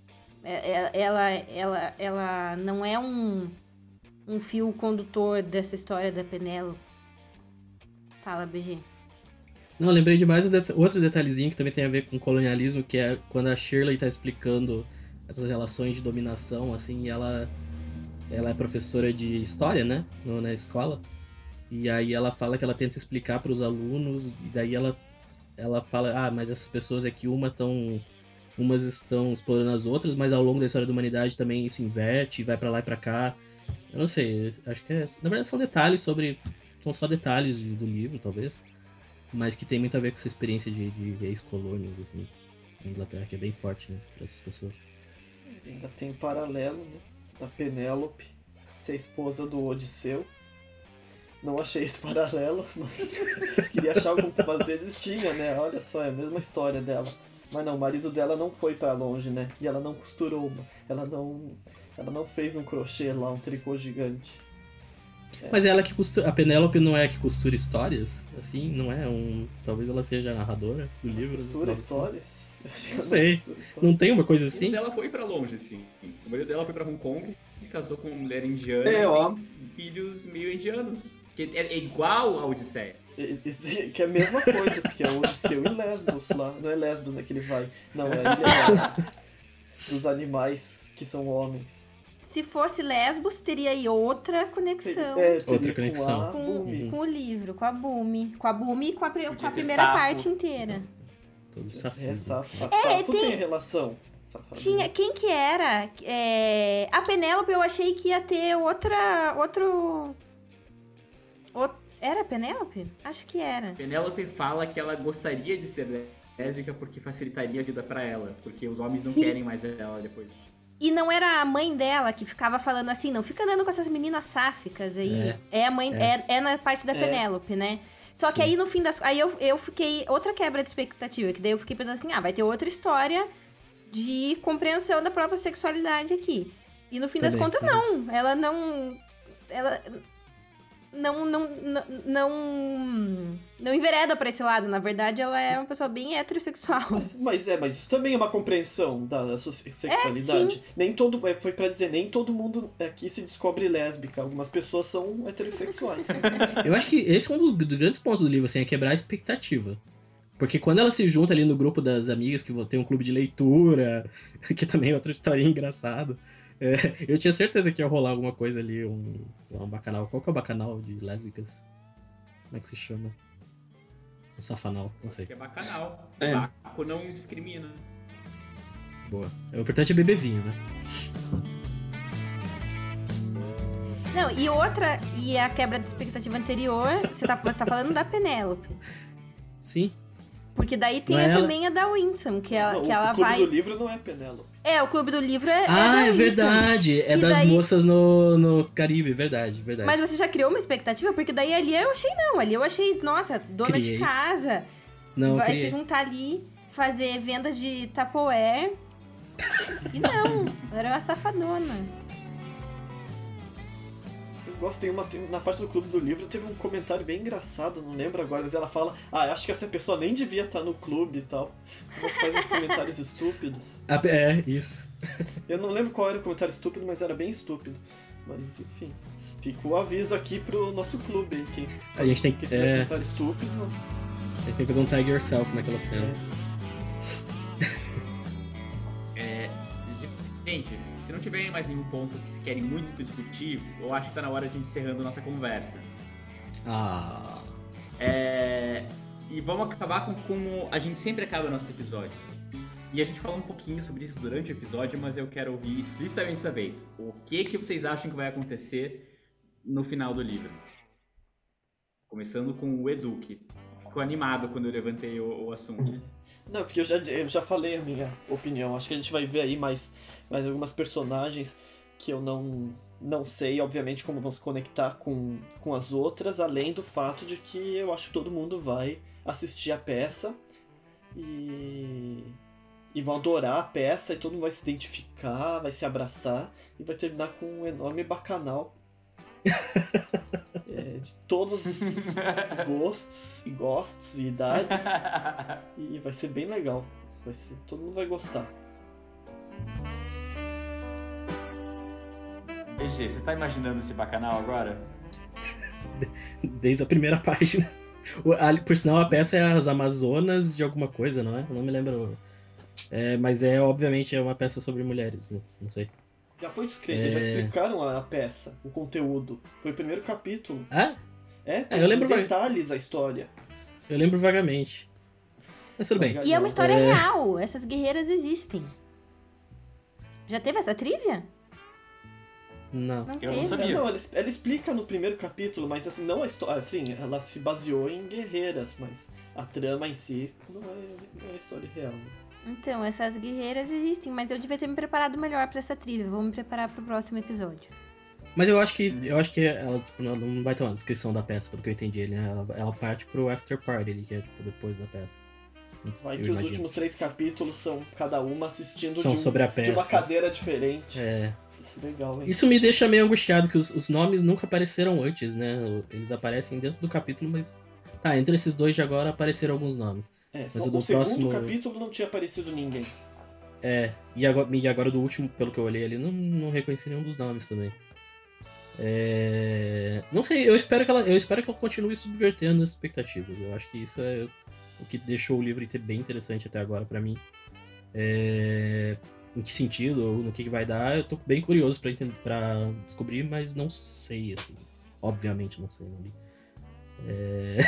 Speaker 2: Ela, ela, ela não é um, um fio condutor dessa história da Penélope. Fala, B G.
Speaker 4: Não, lembrei de mais um det- outro detalhezinho que também tem a ver com colonialismo, que é quando a Shirley tá explicando essas relações de dominação, assim, e ela, ela é professora de história, né? No, na escola. E aí ela fala que ela tenta explicar para os alunos, e daí ela, ela fala, ah, mas essas pessoas aqui, uma tão, umas estão explorando as outras, mas ao longo da história da humanidade também isso inverte, vai para lá e para cá. Eu não sei, acho que é, na verdade são detalhes sobre, são só detalhes do livro, talvez, mas que tem muito a ver com essa experiência de, de ex-colônias, assim, na Inglaterra, que é bem forte, né, para essas pessoas.
Speaker 3: Ainda tem um paralelo, né, da Penélope ser esposa do Odisseu. Não achei esse paralelo, mas queria achar algum, às vezes tinha, né? Olha só, é a mesma história dela. Mas não, o marido dela não foi pra longe, né? E ela não costurou, ela não, ela não fez um crochê lá, um tricô gigante.
Speaker 4: É. Mas ela que costura, a Penélope não é a que costura histórias, assim, não é um, talvez ela seja a narradora do livro.
Speaker 3: Costura histórias?
Speaker 4: Não, não sei, não tem uma coisa assim?
Speaker 1: O dela foi pra longe, assim. O marido dela foi pra Hong Kong, se casou com uma mulher indiana,
Speaker 3: é, ó.
Speaker 1: tem filhos meio indianos. Que é igual a Odisseia.
Speaker 3: Que é a mesma coisa, porque é o Odisseu e Lesbos lá. Não é Lesbos, né, que ele vai. Não, é a ilha Lesbos. Dos animais que são homens.
Speaker 2: Se fosse Lesbos, teria aí outra conexão.
Speaker 3: É, teria
Speaker 4: outra conexão.
Speaker 2: Com,
Speaker 3: uhum.
Speaker 2: com o livro, com a Bumi. Com a Bumi e com a, com a primeira
Speaker 1: safo.
Speaker 2: parte inteira.
Speaker 4: Todo safado.
Speaker 3: É, safo. A
Speaker 2: É,
Speaker 3: safo
Speaker 2: tem-
Speaker 3: tem relação. Safadeza.
Speaker 2: Tinha, quem que era? É, a Penélope eu achei que ia ter outra, outro... o- Era a Penélope? Acho que era.
Speaker 1: Penélope fala que ela gostaria de ser lésbica porque facilitaria a vida pra ela. Porque os homens não querem mais ela depois.
Speaker 2: E não era a mãe dela que ficava falando assim, não, fica andando com essas meninas sáficas aí. É, a mãe, é. É, é na parte da
Speaker 3: É.
Speaker 2: Penélope, né? Só que
Speaker 4: Sim.
Speaker 2: aí no fim das... Aí eu, eu fiquei... Outra quebra de expectativa, que daí eu fiquei pensando assim, ah, vai ter outra história de compreensão da própria sexualidade aqui. E no fim das
Speaker 4: Também,
Speaker 2: contas,
Speaker 4: também.
Speaker 2: não. Ela não... Ela... Não, não, não, não, não envereda pra esse lado. Na verdade, ela é uma pessoa bem heterossexual.
Speaker 3: Mas, mas é, mas isso também é uma compreensão da sua sexualidade.
Speaker 2: É,
Speaker 3: nem todo, é, foi pra dizer, nem todo mundo aqui se descobre lésbica. Algumas pessoas são heterossexuais.
Speaker 4: Eu acho que esse é um dos, dos grandes pontos do livro, assim, é quebrar a expectativa. Porque quando ela se junta ali no grupo das amigas, que tem um clube de leitura, que também é outra historinha engraçada, é, eu tinha certeza que ia rolar alguma coisa ali, um, um bacanal. Qual que é o bacanal de lésbicas? Como é que se chama? Um safanal, não sei.
Speaker 1: Que é bacanal.
Speaker 3: É.
Speaker 1: O Baco não discrimina.
Speaker 4: Boa. O importante é beber vinho, né?
Speaker 2: Não, e outra... E a quebra de expectativa anterior... Você tá, você tá falando da Penélope.
Speaker 4: Sim.
Speaker 2: Porque daí tem
Speaker 4: Não é
Speaker 2: a-
Speaker 4: ela?
Speaker 2: também a da Winsome, que ela,
Speaker 3: Não,
Speaker 2: que
Speaker 3: o,
Speaker 2: ela
Speaker 3: o clube
Speaker 2: vai...
Speaker 3: do livro não é Penélope.
Speaker 2: É, o clube do livro é, é da
Speaker 4: Ah, é
Speaker 2: Winsome.
Speaker 4: verdade. É
Speaker 2: Que
Speaker 4: das
Speaker 2: daí-
Speaker 4: moças no, no Caribe, verdade, verdade.
Speaker 2: Mas você já criou uma expectativa? Porque daí ali eu achei não. Ali eu achei, nossa, dona de
Speaker 4: Criei.
Speaker 2: casa.
Speaker 4: Não,
Speaker 2: vai
Speaker 4: criei.
Speaker 2: se juntar ali, fazer venda de Tupperware. E não, ela era uma safadona.
Speaker 3: Eu gosto, tem uma, tem- na parte do clube do livro teve um comentário bem engraçado, não lembro agora, mas ela fala, ah, acho que essa pessoa nem devia estar no clube e tal. Ela faz uns comentários estúpidos.
Speaker 4: Ah, é, isso.
Speaker 3: Eu não lembro qual era o comentário estúpido, mas era bem estúpido. Mas enfim, fica o aviso aqui pro nosso clube, hein, quem,
Speaker 4: A gente tem que-
Speaker 3: quem fizer
Speaker 4: é.
Speaker 3: comentário estúpido, não.
Speaker 4: A gente tem que fazer um tag yourself naquela cena.
Speaker 3: É.
Speaker 1: É, gente, se não tiverem mais nenhum ponto que se querem muito discutir, eu acho que tá na hora de ir encerrando nossa conversa.
Speaker 4: Ah.
Speaker 1: É, e vamos acabar com como a gente sempre acaba nossos episódios. E a gente falou um pouquinho sobre isso durante o episódio, mas eu quero ouvir explicitamente dessa vez. O que, que vocês acham que vai acontecer no final do livro? Começando com o Edu, que ficou animado quando eu levantei o, o assunto.
Speaker 3: Não, porque eu já, eu já falei a minha opinião. Acho que a gente vai ver aí mais, mais algumas personagens que eu não, não sei, obviamente, como vão se conectar com, com as outras, além do fato de que eu acho que todo mundo vai assistir a peça e, e vão adorar a peça e todo mundo vai se identificar, vai se abraçar e vai terminar com um enorme bacanal. É, de todos os gostos e gostos e idades. E vai ser bem legal. Vai ser, todo mundo vai gostar.
Speaker 1: B G, você tá imaginando esse bacanal agora?
Speaker 4: Desde a primeira página. O- ali- Por sinal, a peça é as Amazonas de alguma coisa, não é? Eu não me lembro. É, mas é, obviamente, é uma peça sobre mulheres, né? Não sei.
Speaker 3: Já foi descrito,
Speaker 4: É.
Speaker 3: já explicaram a, a peça, o conteúdo. Foi o primeiro capítulo.
Speaker 4: Ah,
Speaker 3: É, tem
Speaker 4: eu lembro
Speaker 3: em
Speaker 4: vai-
Speaker 3: detalhes a história.
Speaker 4: eu lembro vagamente. Mas tudo bem.
Speaker 2: E é uma história
Speaker 4: É.
Speaker 2: real. Essas guerreiras existem. Já teve essa trivia?
Speaker 4: Não.
Speaker 2: Não
Speaker 1: Eu não
Speaker 2: teve.
Speaker 1: sabia.
Speaker 3: É, não, ela, ela explica no primeiro capítulo, mas assim, não a história. Assim, ela se baseou em guerreiras, mas a trama em si não é, não é história real.
Speaker 2: Então, essas guerreiras existem, mas eu devia ter me preparado melhor pra essa trivia. Vou me preparar pro próximo episódio.
Speaker 4: Mas eu acho que eu acho que ela tipo, não, não vai ter uma descrição da peça, pelo que eu entendi. Né? Ela, ela parte pro after party, ali, que é tipo, depois da peça.
Speaker 3: Vai
Speaker 4: Eu
Speaker 3: que os
Speaker 4: imagino.
Speaker 3: últimos três capítulos são cada uma assistindo
Speaker 4: São
Speaker 3: de, um-
Speaker 4: sobre a
Speaker 3: de uma
Speaker 4: peça.
Speaker 3: cadeira diferente.
Speaker 4: É.
Speaker 3: Isso é legal, hein?
Speaker 4: Isso me deixa meio angustiado, que os, os nomes nunca apareceram antes, né? Eles aparecem dentro do capítulo, mas. Tá, entre esses dois de agora apareceram alguns nomes.
Speaker 3: É,
Speaker 4: Mas
Speaker 3: só
Speaker 4: o do
Speaker 3: o segundo
Speaker 4: próximo-
Speaker 3: capítulo não tinha aparecido ninguém.
Speaker 4: É, e agora, e agora do último, pelo que eu olhei ali, não, não reconheci nenhum dos nomes também. É, não sei, eu espero, que ela, eu espero que ela continue subvertendo as expectativas. Eu acho que isso é o que deixou o livro ter bem interessante até agora pra mim. É, em que sentido, ou no que, que vai dar, eu tô bem curioso pra, entender, pra descobrir, mas não sei, assim. Obviamente não sei, não li. É...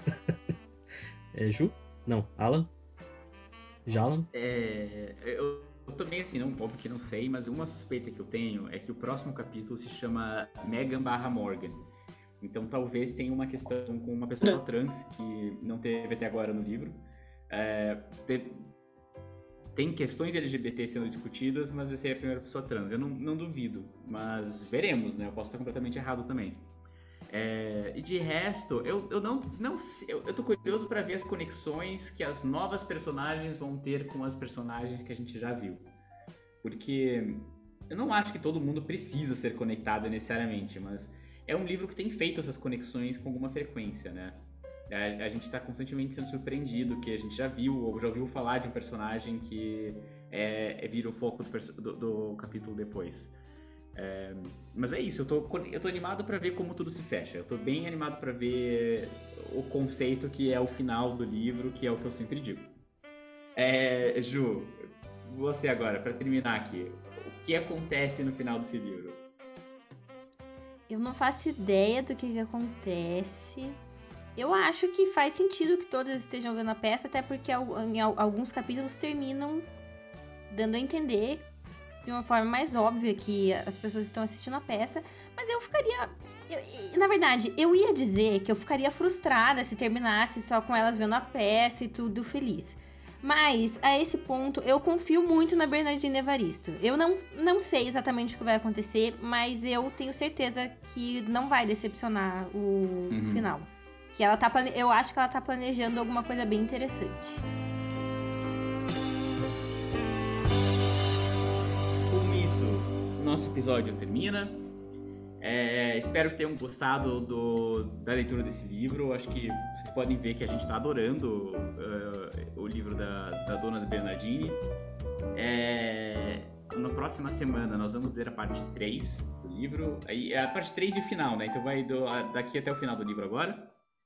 Speaker 4: é Ju? Não, Alan? Jalan?
Speaker 1: É, eu, eu também, assim, não, óbvio que não sei, mas uma suspeita que eu tenho é que o próximo capítulo se chama Megan barra Morgan. Então talvez tenha uma questão com uma pessoa trans que não teve até agora no livro. É, te- tem questões L G B T sendo discutidas, mas vai ser a primeira pessoa trans. Eu não, não duvido, mas veremos, né? Eu posso estar completamente errado também. É, e de resto, eu, eu não, não sei, eu, eu tô curioso pra ver as conexões que as novas personagens vão ter com as personagens que a gente já viu. Porque eu não acho que todo mundo precisa ser conectado necessariamente, mas é um livro que tem feito essas conexões com alguma frequência, né? A, a gente tá constantemente sendo surpreendido, que a gente já viu, ou já ouviu falar de um personagem que é, é vira o foco do, perso- do, do capítulo depois. É, mas é isso, eu tô, eu tô animado pra ver como tudo se fecha. Eu tô bem animado pra ver o conceito que é o final do livro, que é o que eu sempre digo. É, Ju, você agora, pra terminar aqui, o que acontece no final desse livro?
Speaker 2: Eu não faço ideia do que, que acontece. Eu acho que faz sentido que todos estejam vendo a peça, até porque al- em al- alguns capítulos terminam dando a entender de uma forma mais óbvia que as pessoas estão assistindo a peça. Mas eu ficaria... eu- e, na na verdade, eu ia dizer que eu ficaria frustrada se terminasse só com elas vendo a peça e tudo feliz. Mas, a esse ponto, eu confio muito na Bernardine Evaristo. Eu não, não sei exatamente o que vai acontecer, mas eu tenho certeza que não vai decepcionar o
Speaker 1: Uhum.
Speaker 2: final. Que ela tá, plane- eu acho que ela tá planejando alguma coisa bem interessante.
Speaker 1: Com isso, nosso episódio termina. É, espero que tenham gostado do, da leitura desse livro. Acho que vocês podem ver que a gente está adorando uh, o livro da, da Dona Bernardine. É, na próxima semana nós vamos ler a parte três do livro. Aí, a parte três e o final, né? Então vai do, daqui até o final do livro agora.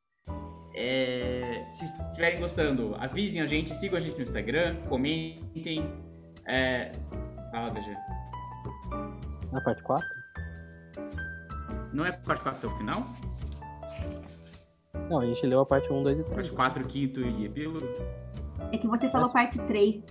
Speaker 1: É, se estiverem gostando, avisem a gente, sigam a gente no Instagram, comentem. É, fala, B G.
Speaker 6: Na parte quatro?
Speaker 1: Não é parte quatro até o final?
Speaker 6: Não, a gente leu a parte um, dois e três.
Speaker 1: Parte quatro, quinto e epílogo?
Speaker 5: É que você falou
Speaker 6: Mas-
Speaker 5: parte três.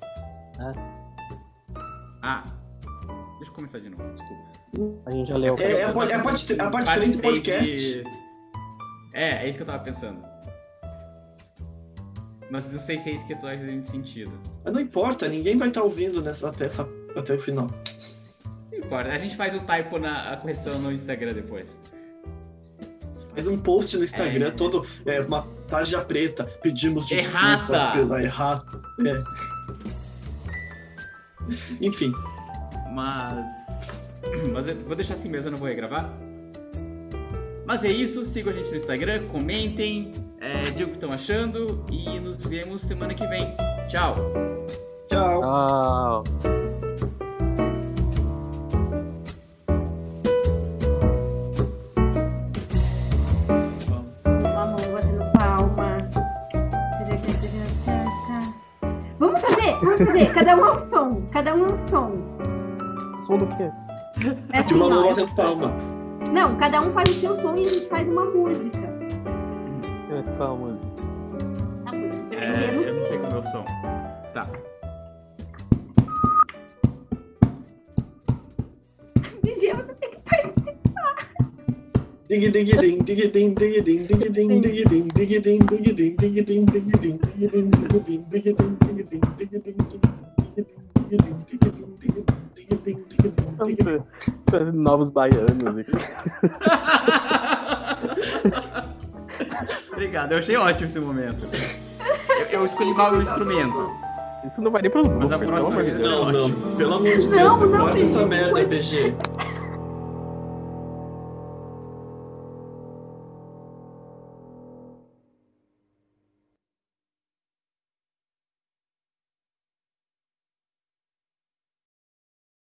Speaker 1: Ah, deixa eu começar de novo, desculpa.
Speaker 6: A gente já leu.
Speaker 3: É, é a, é a parte, a parte três do podcast.
Speaker 1: de- É, é isso que eu tava pensando. Mas não sei se é isso que tá fazendo sentido.
Speaker 3: Mas não importa, ninguém vai estar ouvindo nessa, até, essa, até o final.
Speaker 1: Não importa, a gente faz o typo na a correção no Instagram depois.
Speaker 3: Faz um post no Instagram
Speaker 1: É.
Speaker 3: todo, é, uma tarja preta, pedimos desculpas
Speaker 1: Errata!
Speaker 3: pela errata. É. Enfim,
Speaker 1: Mas. Mas eu vou deixar assim mesmo, eu não vou regravar. Mas é isso, sigam a gente no Instagram, comentem, é, digam o que estão achando e nos vemos semana que vem. Tchau!
Speaker 3: tchau.
Speaker 6: Tchau.
Speaker 5: Uma mão batendo palma. Vamos fazer, vamos fazer. Cada um é um som. Cada um é um som.
Speaker 6: Som do quê?
Speaker 5: É
Speaker 3: De
Speaker 5: assim,
Speaker 3: uma mão
Speaker 5: ó.
Speaker 3: batendo palma.
Speaker 5: Não, cada um faz o seu som e a gente faz uma música.
Speaker 6: Mas calma.
Speaker 5: Tá bom, você
Speaker 1: É,
Speaker 5: primeiro.
Speaker 1: eu não sei como é o som. Tá.
Speaker 5: Digi, você tem que participar.
Speaker 3: Dig dig din dig din dig din dig din dig din dig din dig din dig din dig din dig din dig din dig din dig din dig din dig din dig din.
Speaker 6: Novos baianos aqui.
Speaker 1: Obrigado, eu achei ótimo esse momento. Eu, eu escolhi mal o instrumento.
Speaker 6: Isso não vai nem pros
Speaker 1: Mas a
Speaker 6: bloopers,
Speaker 1: próxima
Speaker 6: pelo amor de
Speaker 1: vez-
Speaker 6: Deus.
Speaker 3: Não,
Speaker 1: ótimo.
Speaker 3: não, pelo amor de
Speaker 5: Não,
Speaker 3: Deus,
Speaker 5: não,
Speaker 3: corta essa
Speaker 5: não.
Speaker 3: merda, B G.